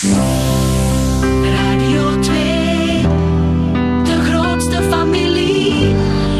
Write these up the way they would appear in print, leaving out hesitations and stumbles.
Radio 2, de grootste familie.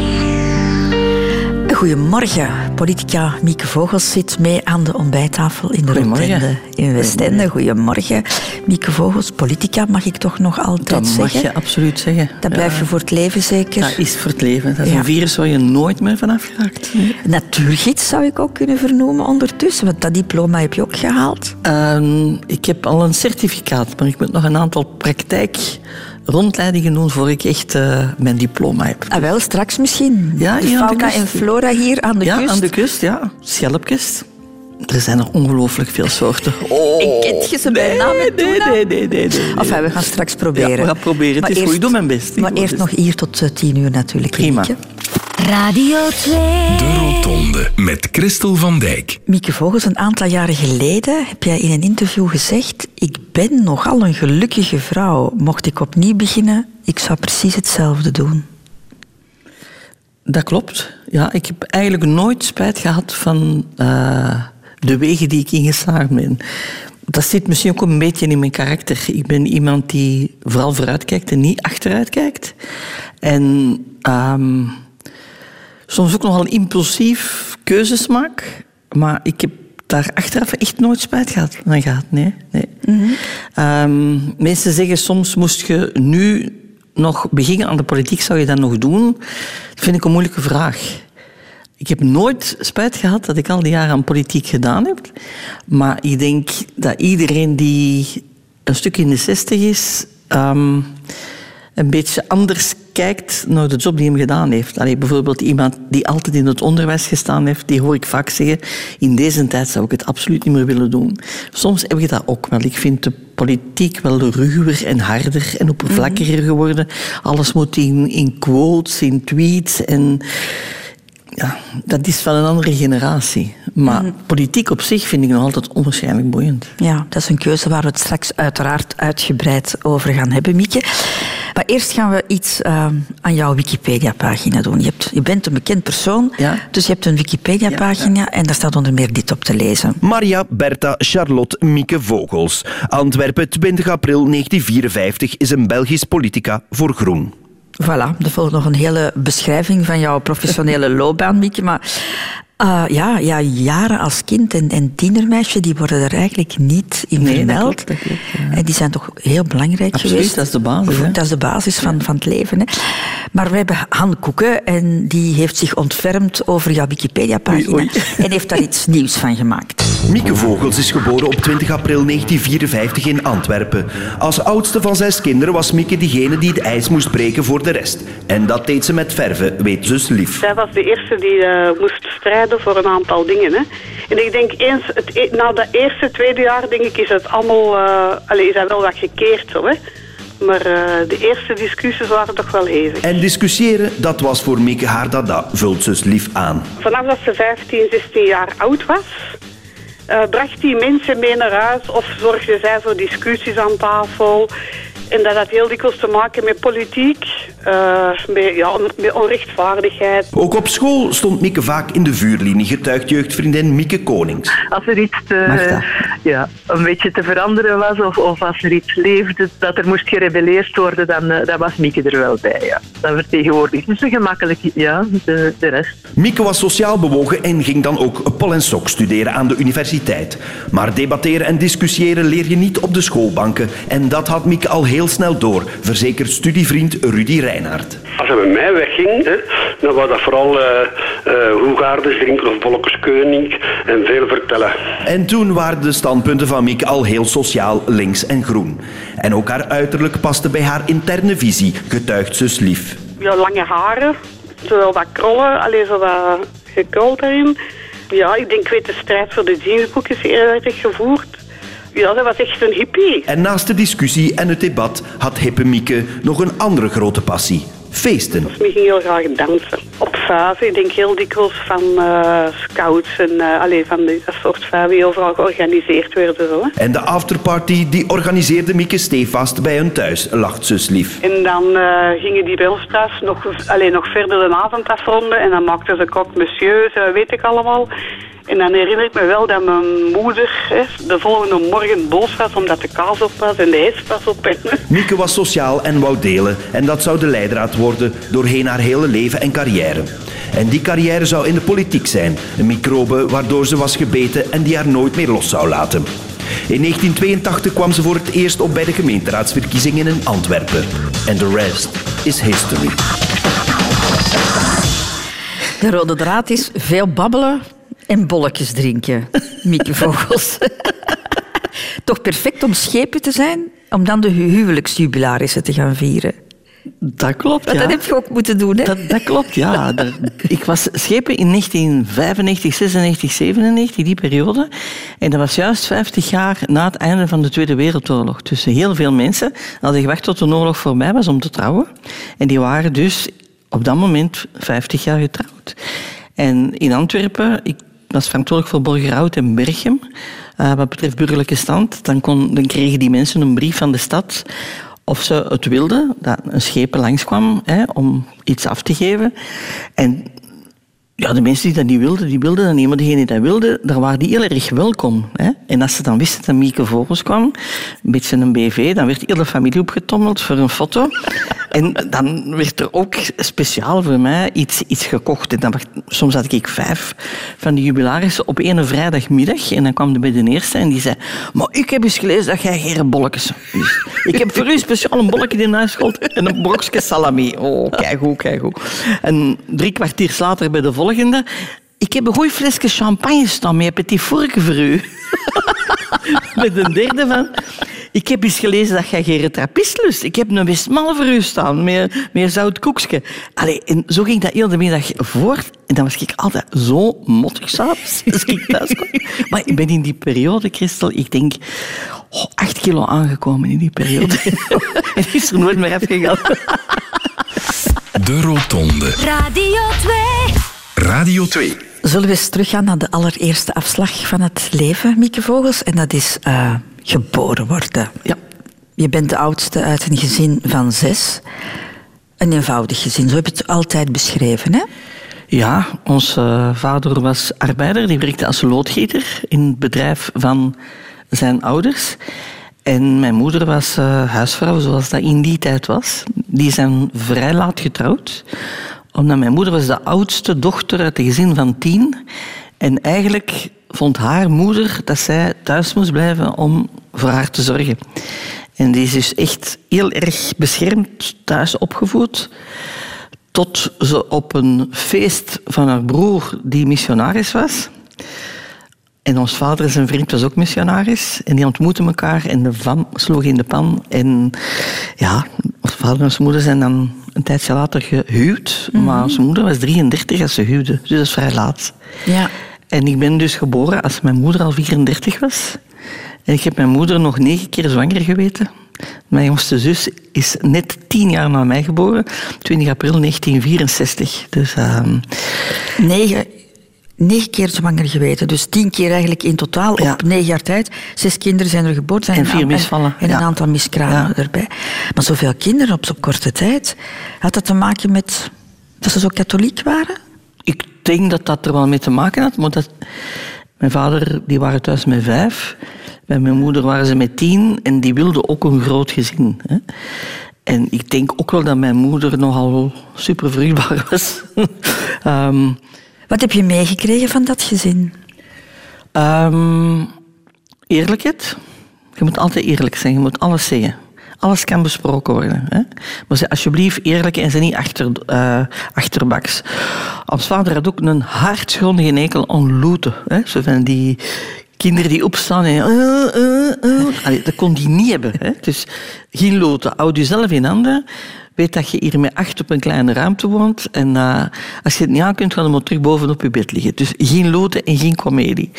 Goedemorgen. Politica Mieke Vogels zit mee aan de ontbijttafel in de Rotonde in Westende. Goedemorgen. Mieke Vogels, politica mag ik toch nog altijd zeggen? Dat mag je absoluut zeggen. Dat blijf je voor het leven zeker? Dat is voor het leven. Dat is een virus waar je nooit meer vanaf geraakt. Natuurgids zou ik ook kunnen vernoemen ondertussen, want dat diploma heb je ook gehaald. Ik heb al een certificaat, maar ik moet nog een aantal praktijkrondleidingen doen voor ik echt mijn diploma heb. Ah, wel, straks misschien. Ja, de hier aan de fauna kust. en flora hier aan de kust. Ja, aan de kust, ja. Schelpjes. Er zijn er ongelooflijk veel soorten. Ik kent je ze bij naam en toenaam? Nee. Enfin, we gaan straks proberen. Ja, we gaan proberen. Het is goed, ik doe mijn best. Maar eerst nog hier tot 10:00 natuurlijk. Prima. Mieke. Radio 2. De Rotonde met Christel van Dijk. Mieke Vogels, een aantal jaren geleden heb jij in een interview gezegd: ik ben nogal een gelukkige vrouw. Mocht ik opnieuw beginnen, ik zou precies hetzelfde doen. Dat klopt. Ja, ik heb eigenlijk nooit spijt gehad van de wegen die ik ingeslagen ben. Dat zit misschien ook een beetje in mijn karakter. Ik ben iemand die vooral vooruit kijkt en niet achteruit kijkt. En soms ook nogal impulsief keuzes maak. Maar ik heb daar achteraf echt nooit spijt van gehad. Nee. Mm-hmm. Mensen zeggen soms, moest je nu nog beginnen aan de politiek, zou je dat nog doen? Dat vind ik een moeilijke vraag. Ik heb nooit spijt gehad dat ik al die jaren aan politiek gedaan heb. Maar ik denk dat iedereen die een stuk in de 60 is, een beetje anders kijkt naar de job die hem gedaan heeft. Allee, bijvoorbeeld iemand die altijd in het onderwijs gestaan heeft, die hoor ik vaak zeggen, in deze tijd zou ik het absoluut niet meer willen doen. Soms heb je dat ook wel. Ik vind de politiek wel ruwer en harder en oppervlakkiger geworden. Alles moet in quotes, in tweets en... Ja, dat is van een andere generatie. Maar politiek op zich vind ik nog altijd onwaarschijnlijk boeiend. Ja, dat is een keuze waar we het straks uiteraard uitgebreid over gaan hebben, Mieke. Maar eerst gaan we iets aan jouw Wikipedia-pagina doen. Je bent een bekend persoon, dus je hebt een Wikipedia-pagina en daar staat onder meer dit op te lezen. Maria Bertha Charlotte Mieke Vogels. Antwerpen, 20 april 1954, is een Belgisch politica voor Groen. Voilà, er volgt nog een hele beschrijving van jouw professionele loopbaan, Mieke. Maar jaren als kind en tienermeisje, die worden er eigenlijk niet in vermeld. Dat klopt, ja. En die zijn toch heel belangrijk Absoluut, geweest. dat is de basis. Hè? Dat is de basis van het leven. Hè. Maar we hebben Han Koeken en die heeft zich ontfermd over jouw Wikipedia-pagina. Oei. En heeft daar iets nieuws van gemaakt. Mieke Vogels is geboren op 20 april 1954 in Antwerpen. Als oudste van 6 kinderen was Mieke diegene die het ijs moest breken voor de rest. En dat deed ze met verven, weet zus Lief. Zij was de eerste die moest strijden voor een aantal dingen. Hè. En ik denk eens, na dat eerste, tweede jaar, denk ik, is het allemaal... is dat wel wat gekeerd zo, hè. Maar de eerste discussies waren toch wel hevig. En discussiëren, dat was voor Mieke haar dada, vult zus Lief aan. Vanaf dat ze 15, 16 jaar oud was... bracht die mensen mee naar huis of zorgde zij voor discussies aan tafel. En dat had heel dikwijls te maken met politiek, met onrechtvaardigheid. Ook op school stond Mieke vaak in de vuurlinie, getuigt jeugdvriendin Mieke Konings. Als er iets een beetje te veranderen was of als er iets leefde dat er moest gerebelleerd worden, dan was Mieke er wel bij. Ja. Dat vertegenwoordigde ze gemakkelijk de rest. Mieke was sociaal bewogen en ging dan ook Pol en Sok studeren aan de universiteit. Maar debatteren en discussiëren leer je niet op de schoolbanken. En dat had Mieke al heel snel door, verzekert studievriend Rudy Reinhardt. Als hij met mij wegging, dan was dat vooral Hoegaardens drinken of Volkerskeuning en veel vertellen. En toen waren de standpunten van Mieke al heel sociaal, links en groen. En ook haar uiterlijk paste bij haar interne visie, getuigt zus Lief. Ja, lange haren, zo wat krollen, zo wat gekruld erin. Ja, ik weet de strijd voor de jeansbroek is heel erg gevoerd. Ja, dat was echt een hippie. En naast de discussie en het debat had hippe Mieke nog een andere grote passie. Feesten. Dus we gingen heel graag dansen. Op vuiven, ik denk heel dikwijls van scouts en van dat soort vuiven die overal georganiseerd werden. Zo, hè. En de afterparty die organiseerde Mieke stevast bij hun thuis, lacht zuslief. En dan gingen die bij ons thuis nog verder de avond afronden en dan maakten ze croque monsieur, weet ik allemaal. En dan herinner ik me wel dat mijn moeder de volgende morgen boos was omdat de kaas op was en de hesp was op. Mieke was sociaal en wou delen en dat zou de leidraad worden doorheen haar hele leven en carrière. En die carrière zou in de politiek zijn, een microbe waardoor ze was gebeten en die haar nooit meer los zou laten. In 1982 kwam ze voor het eerst op bij de gemeenteraadsverkiezingen in Antwerpen. En the rest is history. De rode draad is veel babbelen en bolletjes drinken, Mieke Vogels. Toch perfect om schepen te zijn, om dan de huwelijksjubilarissen te gaan vieren. Dat klopt, ja. Dat heb je ook moeten doen, hè? Dat klopt, ja. Ik was schepen in 1995, 96, 97, die periode. En dat was juist 50 jaar na het einde van de Tweede Wereldoorlog. Dus heel veel mensen hadden gewacht tot de oorlog voorbij was om te trouwen. En die waren dus op dat moment 50 jaar getrouwd. En in Antwerpen, ik was verantwoordelijk voor Borgerhout en Berchem. Wat betreft burgerlijke stand, dan kregen die mensen een brief van de stad of ze het wilden, dat een schepen langskwam om iets af te geven. En ja, de mensen die dat niet wilden, die wilden dat niet. Maar degenen die dat wilden, daar waren die heel erg welkom. En als ze dan wisten dat Mieke Vogels kwam, een beetje een BV, dan werd de hele familie opgetommeld voor een foto. En dan werd er ook speciaal voor mij iets gekocht. En dan soms had ik 5 van die jubilarissen op één vrijdagmiddag. En dan kwam de bij de eerste en die zei: maar ik heb eens gelezen dat jij geen bolletjes hebt. Ik heb voor u speciaal een bolletje in huis gehaald en een brokje salami. Oh, keigoed. En 3 kwartier later bij de volgende: ik heb een goed flesje champagne staan met petit fourke voor u. Met een derde van: ik heb eens gelezen dat jij geen trappist lust. Ik heb een Westmalle voor u staan, met zout koekje. Allee, en zo ging dat heel de middag voort. En dan was ik altijd zo mottig s'avonds als ik thuis kwam. Maar ik ben in die periode, Christel, ik denk 8 kilo aangekomen in die periode. En is er nooit meer afgegaan. De Rotonde. Radio 2. Zullen we eens teruggaan naar de allereerste afslag van het leven, Mieke Vogels? En dat is geboren worden. Ja. Je bent de oudste uit een gezin van 6. Een eenvoudig gezin, zo heb je het altijd beschreven, hè? Ja, onze vader was arbeider. Die werkte als loodgieter in het bedrijf van zijn ouders. En mijn moeder was huisvrouw, zoals dat in die tijd was. Die zijn vrij laat getrouwd. Omdat mijn moeder was de oudste dochter uit een gezin van 10. En eigenlijk vond haar moeder dat zij thuis moest blijven om voor haar te zorgen. En die is dus echt heel erg beschermd thuis opgevoed. Tot ze op een feest van haar broer, die missionaris was. En ons vader, zijn vriend, was ook missionaris. En die ontmoetten elkaar en de van sloeg in de pan. En ja, ons vader en onze moeder zijn dan een tijdje later gehuwd. Mm-hmm. Maar onze moeder was 33 als ze huwde. Dus dat is vrij laat. Ja. En ik ben dus geboren als mijn moeder al 34 was. En ik heb mijn moeder nog 9 keer zwanger geweten. Mijn jongste zus is net 10 jaar na mij geboren. 20 april 1964. Dus 9 keer zwanger geweten. Dus 10 keer eigenlijk in totaal op 9 jaar tijd. 6 kinderen zijn er geboren. En 4 misvallen. En een aantal miskramen erbij. Maar zoveel kinderen op zo'n korte tijd. Had dat te maken met dat ze zo katholiek waren? Ik denk dat dat er wel mee te maken had. Maar mijn vader, die waren thuis met 5. Bij mijn moeder waren ze met 10. En die wilden ook een groot gezin. Hè. En ik denk ook wel dat mijn moeder nogal super vruchtbaar was. Wat heb je meegekregen van dat gezin? Eerlijkheid. Je moet altijd eerlijk zijn. Je moet alles zeggen. Alles kan besproken worden. Hè? Maar zeg alsjeblieft eerlijk en zijn niet achterbaks. Ons vader had ook een hartgrondige hekel aan loeten. Hè? Zo van die kinderen die opstaan en... Allee, dat kon die niet hebben. Hè? Dus geen loten. Houd jezelf in handen. Weet dat je hier met 8 op een kleine ruimte woont. En als je het niet aan kunt, ga je maar terug bovenop je bed liggen. Dus geen loten en geen komedie.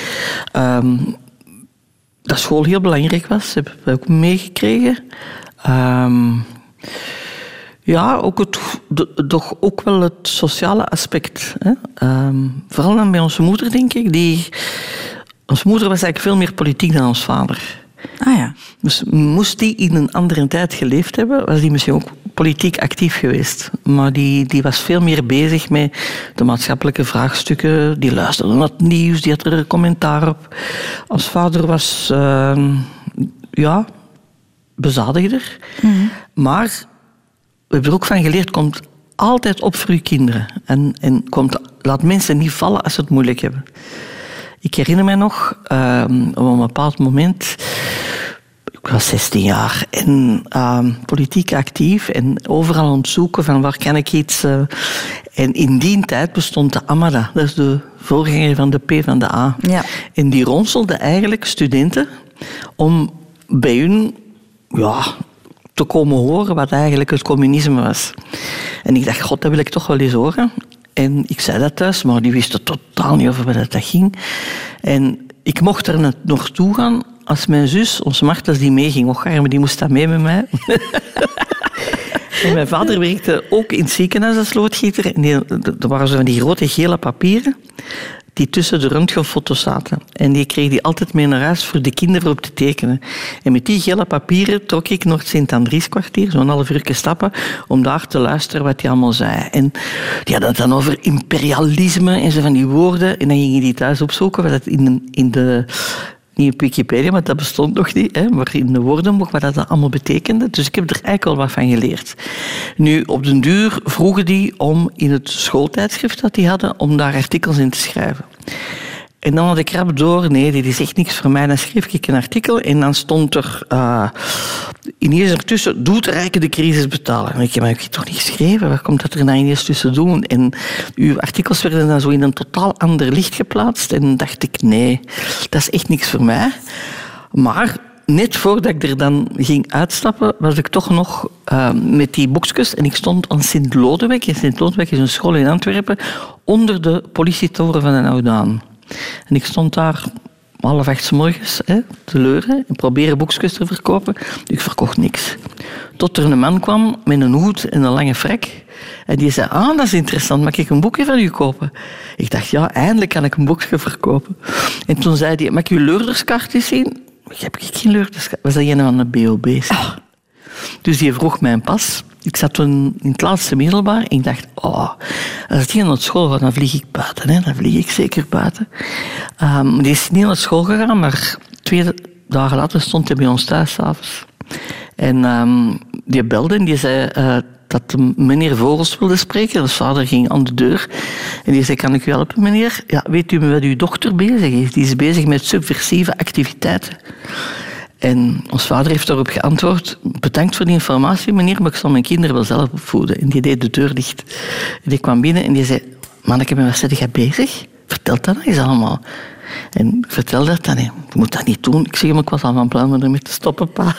Dat school heel belangrijk was, heb ik ook meegekregen. Ja, ook wel het sociale aspect. Hè. Vooral dan bij onze moeder, denk ik. Onze moeder was eigenlijk veel meer politiek dan ons vader. Ah ja. Dus moest die in een andere tijd geleefd hebben, was die misschien ook politiek actief geweest. Maar die was veel meer bezig met de maatschappelijke vraagstukken. Die luisterde naar het nieuws, die had er een commentaar op. Ons vader was bezadigder. Mm-hmm. Maar we hebben er ook van geleerd, komt altijd op voor uw kinderen. En laat mensen niet vallen als ze het moeilijk hebben. Ik herinner mij nog, op een bepaald moment, ik was 16 jaar en politiek actief en overal aan het zoeken van waar kan ik iets. En in die tijd bestond de AMADA, dat is de voorganger van de PvdA. Ja. En die ronselde eigenlijk studenten om bij hun te komen horen wat eigenlijk het communisme was. En ik dacht, god, dat wil ik toch wel eens horen. En ik zei dat thuis, maar die wisten totaal niet over wat dat ging. En ik mocht er naartoe gaan als mijn zus, onze Martens, die meeging. Och, maar die moest dan mee met mij. En mijn vader werkte ook in het ziekenhuis als loodgieter. En er waren zo van die grote gele papieren die tussen de röntgenfoto's zaten. En die kreeg hij altijd mee naar huis voor de kinderen op te tekenen. En met die gele papieren trok ik naar het Sint-Andrieskwartier, zo'n half uurtje stappen, om daar te luisteren wat hij allemaal zei. En die hadden het dan over imperialisme en zo van die woorden. En dan ging je die thuis opzoeken, wat dat in de... Niet op Wikipedia, want dat bestond nog niet, hè, maar in de woordenboek wat dat allemaal betekende. Dus ik heb er eigenlijk al wat van geleerd. Nu, op den duur vroegen die om in het schooltijdschrift dat die hadden, om daar artikels in te schrijven. En dan had ik rap door, nee, dit is echt niks voor mij. Dan schreef ik een artikel en dan stond er ineens ertussen, doet de rijken de crisis betalen. En ik heb toch niet geschreven, waar komt dat er nou ineens tussen doen? En uw artikels werden dan zo in een totaal ander licht geplaatst. En dacht ik, nee, dat is echt niks voor mij. Maar net voordat ik er dan ging uitstappen, was ik toch nog met die boekjes. En ik stond aan Sint-Lodewijk. En Sint-Lodewijk is een school in Antwerpen, onder de politietoren van de Oudaan. En ik stond daar 7:30 's morgens te leuren en proberen boekjes te verkopen. Ik verkocht niks. Tot er een man kwam met een hoed en een lange frak. En die zei, dat is interessant, mag ik een boekje van u kopen? Ik dacht, ja, eindelijk kan ik een boekje verkopen. En toen zei hij, mag ik uw leurderskaart eens zien? Ik heb geen leurderskaart. Was dat een van de BOB's? Oh. Dus die vroeg mijn pas. Ik zat toen in het laatste middelbaar en ik dacht, als die naar school gaat, dan vlieg ik buiten. Hè. Dan vlieg ik zeker buiten. Die is niet naar school gegaan, maar 2 dagen later stond hij bij ons thuis 's avonds. En die belde en die zei dat meneer Vogels wilde spreken. Dus vader ging aan de deur en die zei, kan ik u helpen, meneer? Ja, weet u met wat uw dochter bezig is? Die is bezig met subversieve activiteiten. En ons vader heeft daarop geantwoord, bedankt voor die informatie, meneer, maar ik zal mijn kinderen wel zelf opvoeden. En die deed de deur dicht. En die kwam binnen en die zei, manneke, met wat ben jij bezig? Vertel dat nou eens allemaal. En ik vertel dat dan. Je moet dat niet doen. Ik zeg, maar ik was al van plan om ermee te stoppen, pa.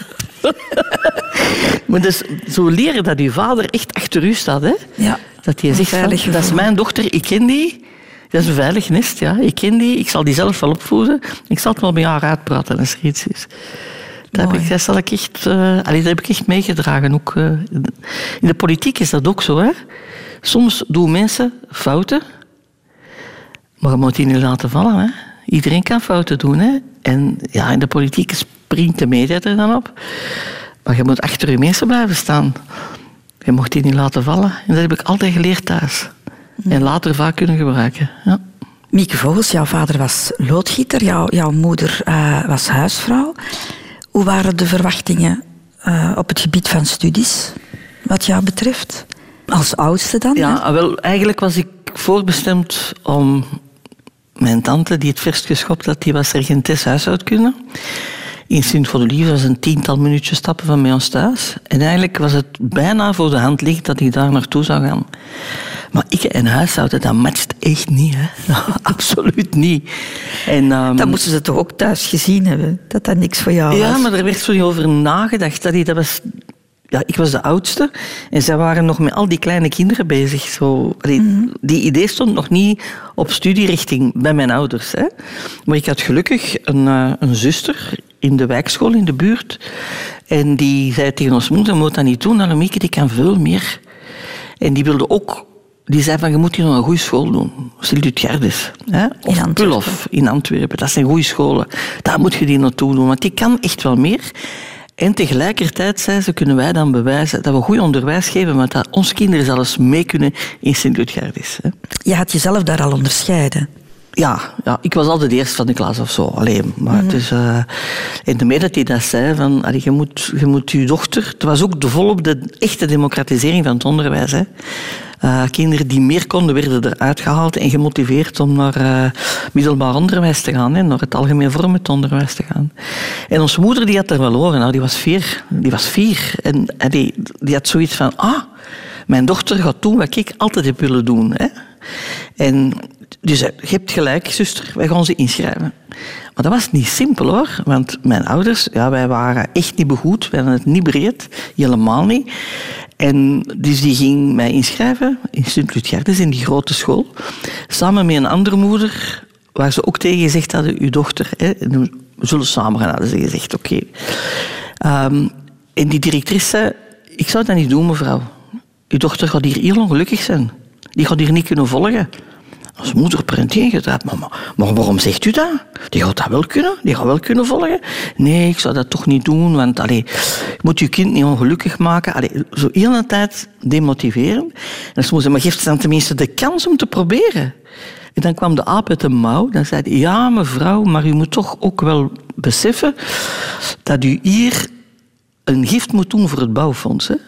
Maar dus zo leren dat je vader echt achter u staat. Hè? Ja. Dat hij zegt, dat is mijn dochter, ik ken die. Dat is een veilig nest, ja. Ik ken die, ik zal die zelf wel opvoeden. Ik zal het wel bij haar uitpraten als er iets is. Dat heb ik echt meegedragen. Ook, in de politiek is dat ook zo. Hè? Soms doen mensen fouten, maar je moet die niet laten vallen. Hè? Iedereen kan fouten doen. Hè? En ja, in de politiek springt de media er dan op. Maar je moet achter je mensen blijven staan. Je mocht die niet laten vallen. En dat heb ik altijd geleerd thuis. En later vaak kunnen gebruiken. Ja. Mieke Vogels, jouw vader was loodgieter, jouw moeder was huisvrouw. Hoe waren de verwachtingen op het gebied van studies, wat jou betreft? Als oudste dan? Ja, wel, eigenlijk was ik voorbestemd om... Mijn tante, die het verst geschopt had, die was regentes huishoudkunde. In Sint-Godelieve was een 10-tal minuutjes stappen van bij ons thuis. En eigenlijk was het bijna voor de hand liggend dat ik daar naartoe zou gaan. Maar ik en huishouden, dat matcht echt niet. Hè? Absoluut niet. En, dan moesten ze toch ook thuis gezien hebben, dat dat niks voor jou was? Ja, maar er werd zo niet over nagedacht. Dat was... Ja, ik was de oudste en zij waren nog met al die kleine kinderen bezig. Zo. Die idee stond nog niet op studierichting bij mijn ouders. Hè. Maar ik had gelukkig een zuster in de wijkschool in de buurt. En die zei tegen ons moeder, moet dat niet doen, Annemieke, die kan veel meer. En die wilde ook, die zei van, je moet hier nog een goede school doen. Sint-Lutgerdis. Of Pulhof in Antwerpen. Dat zijn goede scholen. Daar moet je die naartoe doen, want die kan echt wel meer. En tegelijkertijd, zei ze, kunnen wij dan bewijzen dat we goed onderwijs geven, maar dat onze kinderen zelfs mee kunnen in Sint-Lutgerdis. Je had jezelf daar al onderscheiden. Ja, ik was altijd de eerste van de klas of zo. Alleen. Maar het is, en de dat hij dat zei, van, je moet je dochter... Het was ook volop de echte democratisering van het onderwijs. Hè. Kinderen die meer konden, werden eruit gehaald en gemotiveerd om naar middelbaar onderwijs te gaan. Hè, naar het algemeen vormend onderwijs te gaan. En onze moeder die had er wel over. Nou, die was 4. En die had zoiets van... mijn dochter gaat doen wat ik altijd heb willen doen. Hè. En... Dus je hebt gelijk, zuster, wij gaan ze inschrijven. Maar dat was niet simpel, hoor. Want mijn ouders, wij waren echt niet begoed. We hadden het niet breed, helemaal niet. En dus die ging mij inschrijven in Sint-Lutgerdis, in die grote school. Samen met een andere moeder, waar ze ook tegen gezegd hadden, uw dochter, we zullen samen gaan, hadden ze gezegd, oké. En die directrice zei, ik zou dat niet doen, mevrouw. Uw dochter gaat hier heel ongelukkig zijn. Die gaat hier niet kunnen volgen. Als moeder prent ingedraaid, maar waarom zegt u dat? Die gaat dat wel kunnen, die gaat wel kunnen volgen. Nee, ik zou dat toch niet doen, want je moet je kind niet ongelukkig maken. Zo heel de tijd demotiveren. En dan zei ze, maar geeft ze dan tenminste de kans om te proberen. En dan kwam de aap uit de mouw. Dan zei hij, ja mevrouw, maar u moet toch ook wel beseffen dat u hier een gift moet doen voor het bouwfonds. Hè?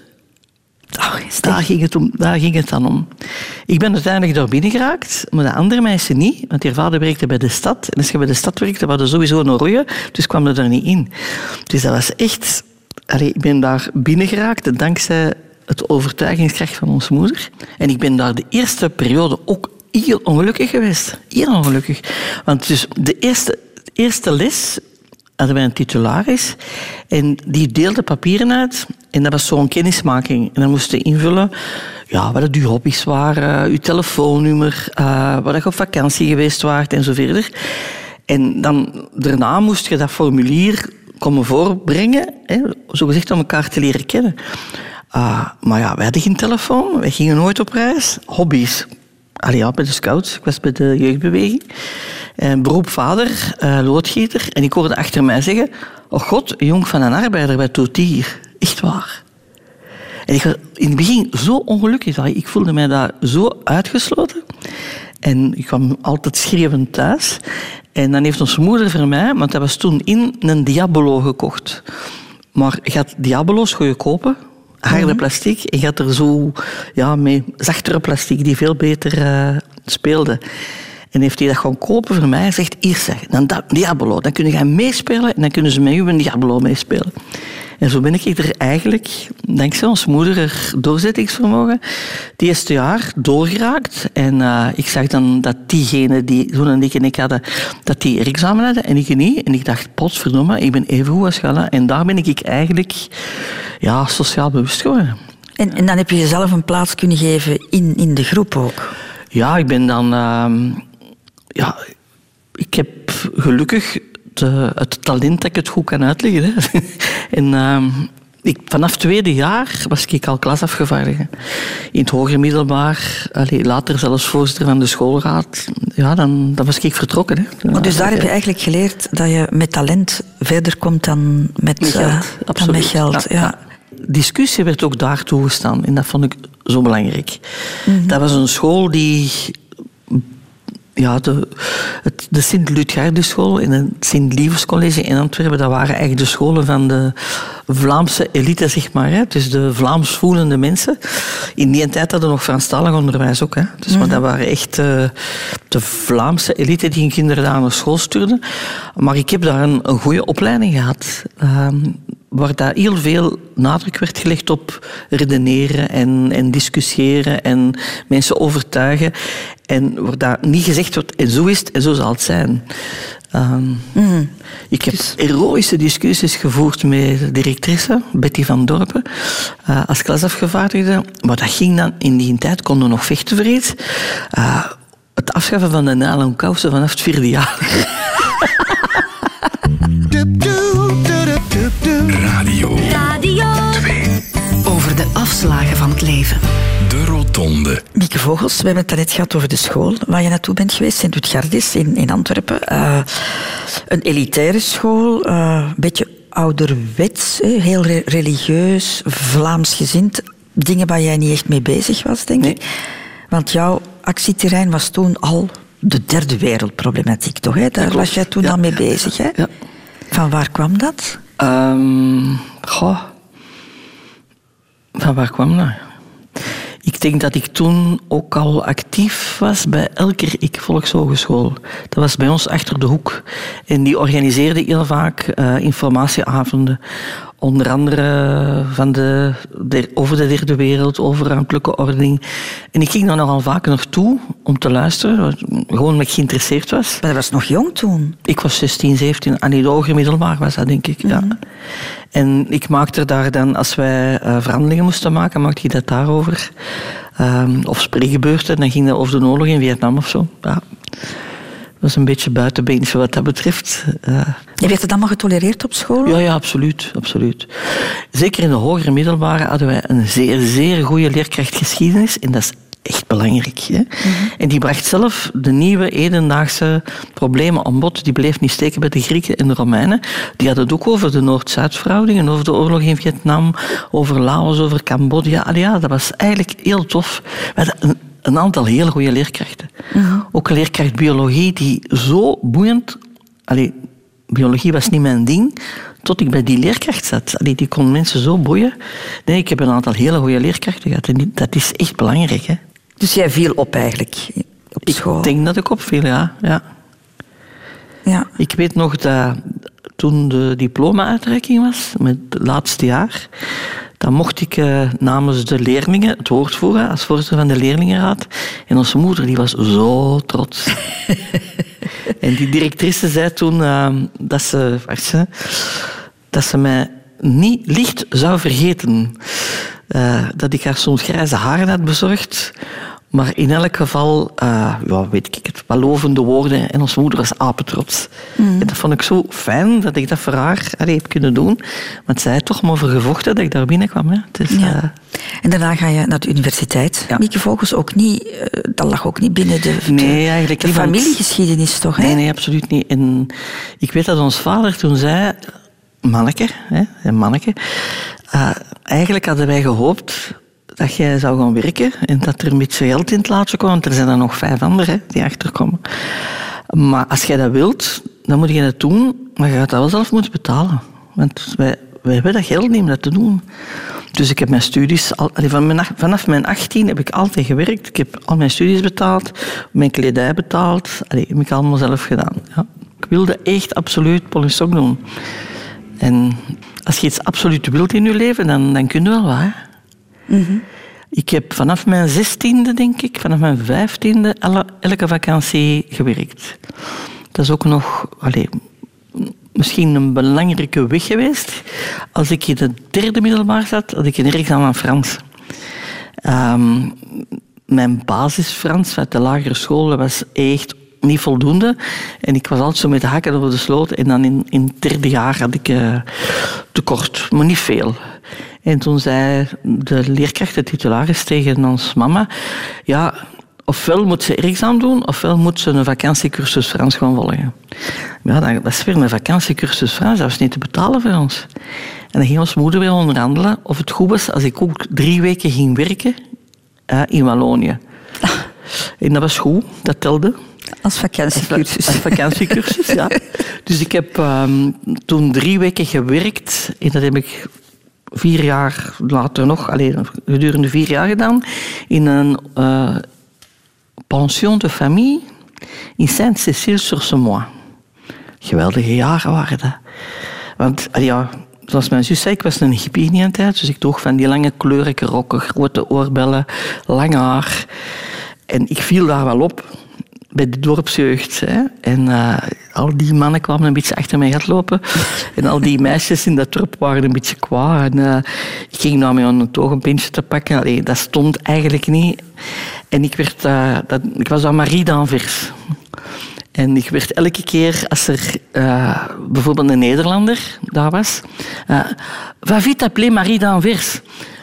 Daar ging het dan om. Ik ben uiteindelijk daar binnen geraakt, maar de andere meisje niet, want haar vader werkte bij de stad. En als je bij de stad werkte, was er sowieso een rooie, dus kwam er niet in. Dus dat was echt... ik ben daar binnen geraakt, dankzij het overtuigingskracht van onze moeder. En ik ben daar de eerste periode ook heel ongelukkig geweest. Heel ongelukkig. Want dus de eerste les... hadden wij een titularis en die deelde papieren uit en dat was zo'n kennismaking. En dan moesten je invullen wat je hobby's waren, je telefoonnummer, waar je op vakantie geweest waart en zo verder. En dan daarna moest je dat formulier komen voorbrengen, zogezegd om elkaar te leren kennen. Maar wij hadden geen telefoon, wij gingen nooit op reis. Hobby's. Bij de scouts, ik was bij de jeugdbeweging. Beroep vader, loodgieter. En ik hoorde achter mij zeggen... Oh god, een jong van een arbeider, wat doet die hier? Echt waar. En ik was in het begin zo ongelukkig. Ik voelde mij daar zo uitgesloten. En ik kwam altijd schreeuwend thuis. En dan heeft onze moeder voor mij... Want dat was toen een Diabolo gekocht. Maar je gaat Diabolo's goeie kopen... harde plastic. En je had er zo met zachtere plastic die veel beter speelde. En heeft hij dat gewoon kopen voor mij en zegt, hier zeg, dan Diabolo. Dan kun je meespelen en dan kunnen ze met u een Diabolo meespelen. En zo ben ik er eigenlijk, dankzij onze moeder, doorzettingsvermogen, het eerste jaar doorgeraakt. En ik zag dan dat diegenen die zo'n dikke nek hadden, dat die er examen hadden en ik niet. En ik dacht, potverdomme, ik ben even goed als Gala. En daar ben ik eigenlijk sociaal bewust geworden. En dan heb je jezelf een plaats kunnen geven in de groep ook? Ja, ik ben dan... ik heb gelukkig het talent dat ik het goed kan uitleggen. Hè. En vanaf het tweede jaar was ik al klasafgevaardigde. In het hoger middelbaar, later zelfs voorzitter van de schoolraad. Ja, dan was ik vertrokken. Hè. Maar dus daar heb je eigenlijk geleerd dat je met talent verder komt dan met geld. Absoluut. Met geld. Ja. Discussie werd ook daar toegestaan en dat vond ik zo belangrijk. Mm-hmm. Dat was een school die... de Sint-Lutgerdis school en het Sint-Lievescollege in Antwerpen, dat waren eigenlijk de scholen van de Vlaamse elite, zeg maar. Hè. Dus de Vlaams voelende mensen. In die tijd hadden we nog Franstalig onderwijs ook. Hè. Dus maar dat waren echt de Vlaamse elite die hun kinderen daar naar school stuurden. Maar ik heb daar een goede opleiding gehad. Waar daar heel veel nadruk werd gelegd op redeneren en discussiëren en mensen overtuigen. En waar daar niet gezegd wordt, en zo is het en zo zal het zijn. Ik heb heroïsche discussies gevoerd met de directrice, Betty van Dorpen, als klasafgevaardigde. Maar dat ging dan, in die tijd konden we nog vechten voor iets. Het afschaffen van de nylon kousen vanaf het 4e jaar. Radio afslagen van het leven. De Rotonde. Mieke Vogels, we hebben het net gehad over de school waar je naartoe bent geweest, Sint-Lutgardis in Antwerpen. Een elitaire school, een beetje ouderwets, heel religieus, Vlaamsgezind. Dingen waar jij niet echt mee bezig was, denk ik. Want jouw actieterrein was toen al de derde wereldproblematiek, toch? Hè? Daar was jij toen al mee bezig. Hè? Ja. Van waar kwam dat? Van waar kwam dat? Ik denk dat ik toen ook al actief was bij Elker Volkshogeschool. Dat was bij ons achter de hoek. En die organiseerde heel vaak informatieavonden. Onder andere over de derde wereld, over ruimtelijke ordening. En ik ging daar nogal vaak nog toe om te luisteren. Gewoon omdat ik geïnteresseerd was. Maar dat was nog jong toen? Ik was 16, 17. Aan die hoger middelbaar was dat, denk ik. Ja. En ik maakte daar dan, als wij verhandelingen moesten maken, maakte ik dat daarover. Of spreekgebeurten. Dan ging dat over de oorlog in Vietnam of zo. Ja. Dat was een beetje buitenbeens wat dat betreft. En werd het allemaal getolereerd op school? Ja, absoluut, absoluut. Zeker in de hogere middelbare hadden wij een zeer, zeer goede leerkracht geschiedenis. En dat is echt belangrijk. Hè? En die bracht zelf de nieuwe hedendaagse problemen aan bod. Die bleef niet steken bij de Grieken en de Romeinen. Die hadden het ook over de Noord-Zuid-verhoudingen, over de oorlog in Vietnam, over Laos, over Cambodja. Ja, dat was eigenlijk heel tof. We hadden een aantal hele goede leerkrachten. Ook een leerkracht biologie die zo boeiend... biologie was niet mijn ding, tot ik bij die leerkracht zat. Die kon mensen zo boeien. Nee, ik heb een aantal hele goede leerkrachten gehad. En dat is echt belangrijk. Hè. Dus jij viel op eigenlijk op school? Ik denk dat ik opviel, ja. Ik weet nog dat toen de diploma-uitreiking was, met het laatste jaar, dan mocht ik namens de leerlingen het woord voeren als voorzitter van de leerlingenraad. En onze moeder die was zo trots. En die directrice zei toen dat ze mij niet licht zou vergeten. Dat ik haar soms grijze haren had bezorgd. Maar in elk geval, weet ik het, wel lovende woorden. En onze moeder was apetrots. En dat vond ik zo fijn dat ik dat voor haar heb kunnen doen. Want zij heeft toch maar voor gevochten dat ik daar binnenkwam. Hè. Dus, En daarna ga je naar de universiteit. Ja. Mieke Vogels, ook niet, dat lag ook niet binnen de familiegeschiedenis, toch? Hè? Nee, absoluut niet. En ik weet dat ons vader toen zei... Manneke, eigenlijk hadden wij gehoopt dat jij zou gaan werken en dat er een beetje geld in het laatje kwam, want er zijn er nog 5 anderen die achterkomen. Maar als jij dat wilt, dan moet je dat doen, maar je gaat dat wel zelf moeten betalen. Want wij hebben dat geld niet om dat te doen. Dus ik heb mijn studies... Vanaf mijn 18 heb ik altijd gewerkt. Ik heb al mijn studies betaald, mijn kledij betaald. Heb ik allemaal zelf gedaan. Ja. Ik wilde echt absoluut Polysoc doen. En als je iets absoluut wilt in je leven, dan kun je wel wat. Ik heb vanaf mijn 16e, denk ik, vanaf mijn 15e, elke vakantie gewerkt. Dat is ook nog misschien een belangrijke weg geweest. Als ik in de 3e middelbaar zat, had ik een examen aan Frans. Mijn basis Frans uit de lagere school was echt niet voldoende. En ik was altijd zo met de hakken over de sloot. En dan in het 3e jaar had ik tekort, maar niet veel. En toen zei de leerkracht, de titularis, tegen ons mama... Ja, ofwel moet ze examen doen, ofwel moet ze een vakantiecursus Frans gaan volgen. Ja, dat is weer een vakantiecursus Frans, dat was niet te betalen voor ons. En dan ging onze moeder weer onderhandelen of het goed was als ik ook 3 weken ging werken in Wallonië. En dat was goed, dat telde. Als vakantiecursus. Als vakantiecursus, ja. Dus ik heb toen 3 weken gewerkt en dat heb ik 4 jaar later nog, gedurende 4 jaar gedaan, in een pension de famille in Saint-Cécile-sur-Semois. Geweldige jaren waren dat. Want, zoals mijn zus zei, ik was een hippie in die tijd, dus ik droeg van die lange kleurrijke rokken, grote oorbellen, lang haar. En ik viel daar wel op bij de dorpsjeugd. Hè. En al die mannen kwamen een beetje achter mij gaan lopen. En al die meisjes in dat dorp waren een beetje kwaad. En ik ging nou met een togenpintje te pakken. Dat stond eigenlijk niet. En ik was aan Marie d'Anvers. En ik werd elke keer, als er bijvoorbeeld een Nederlander daar was... Va vite appeler Marie d'Anvers.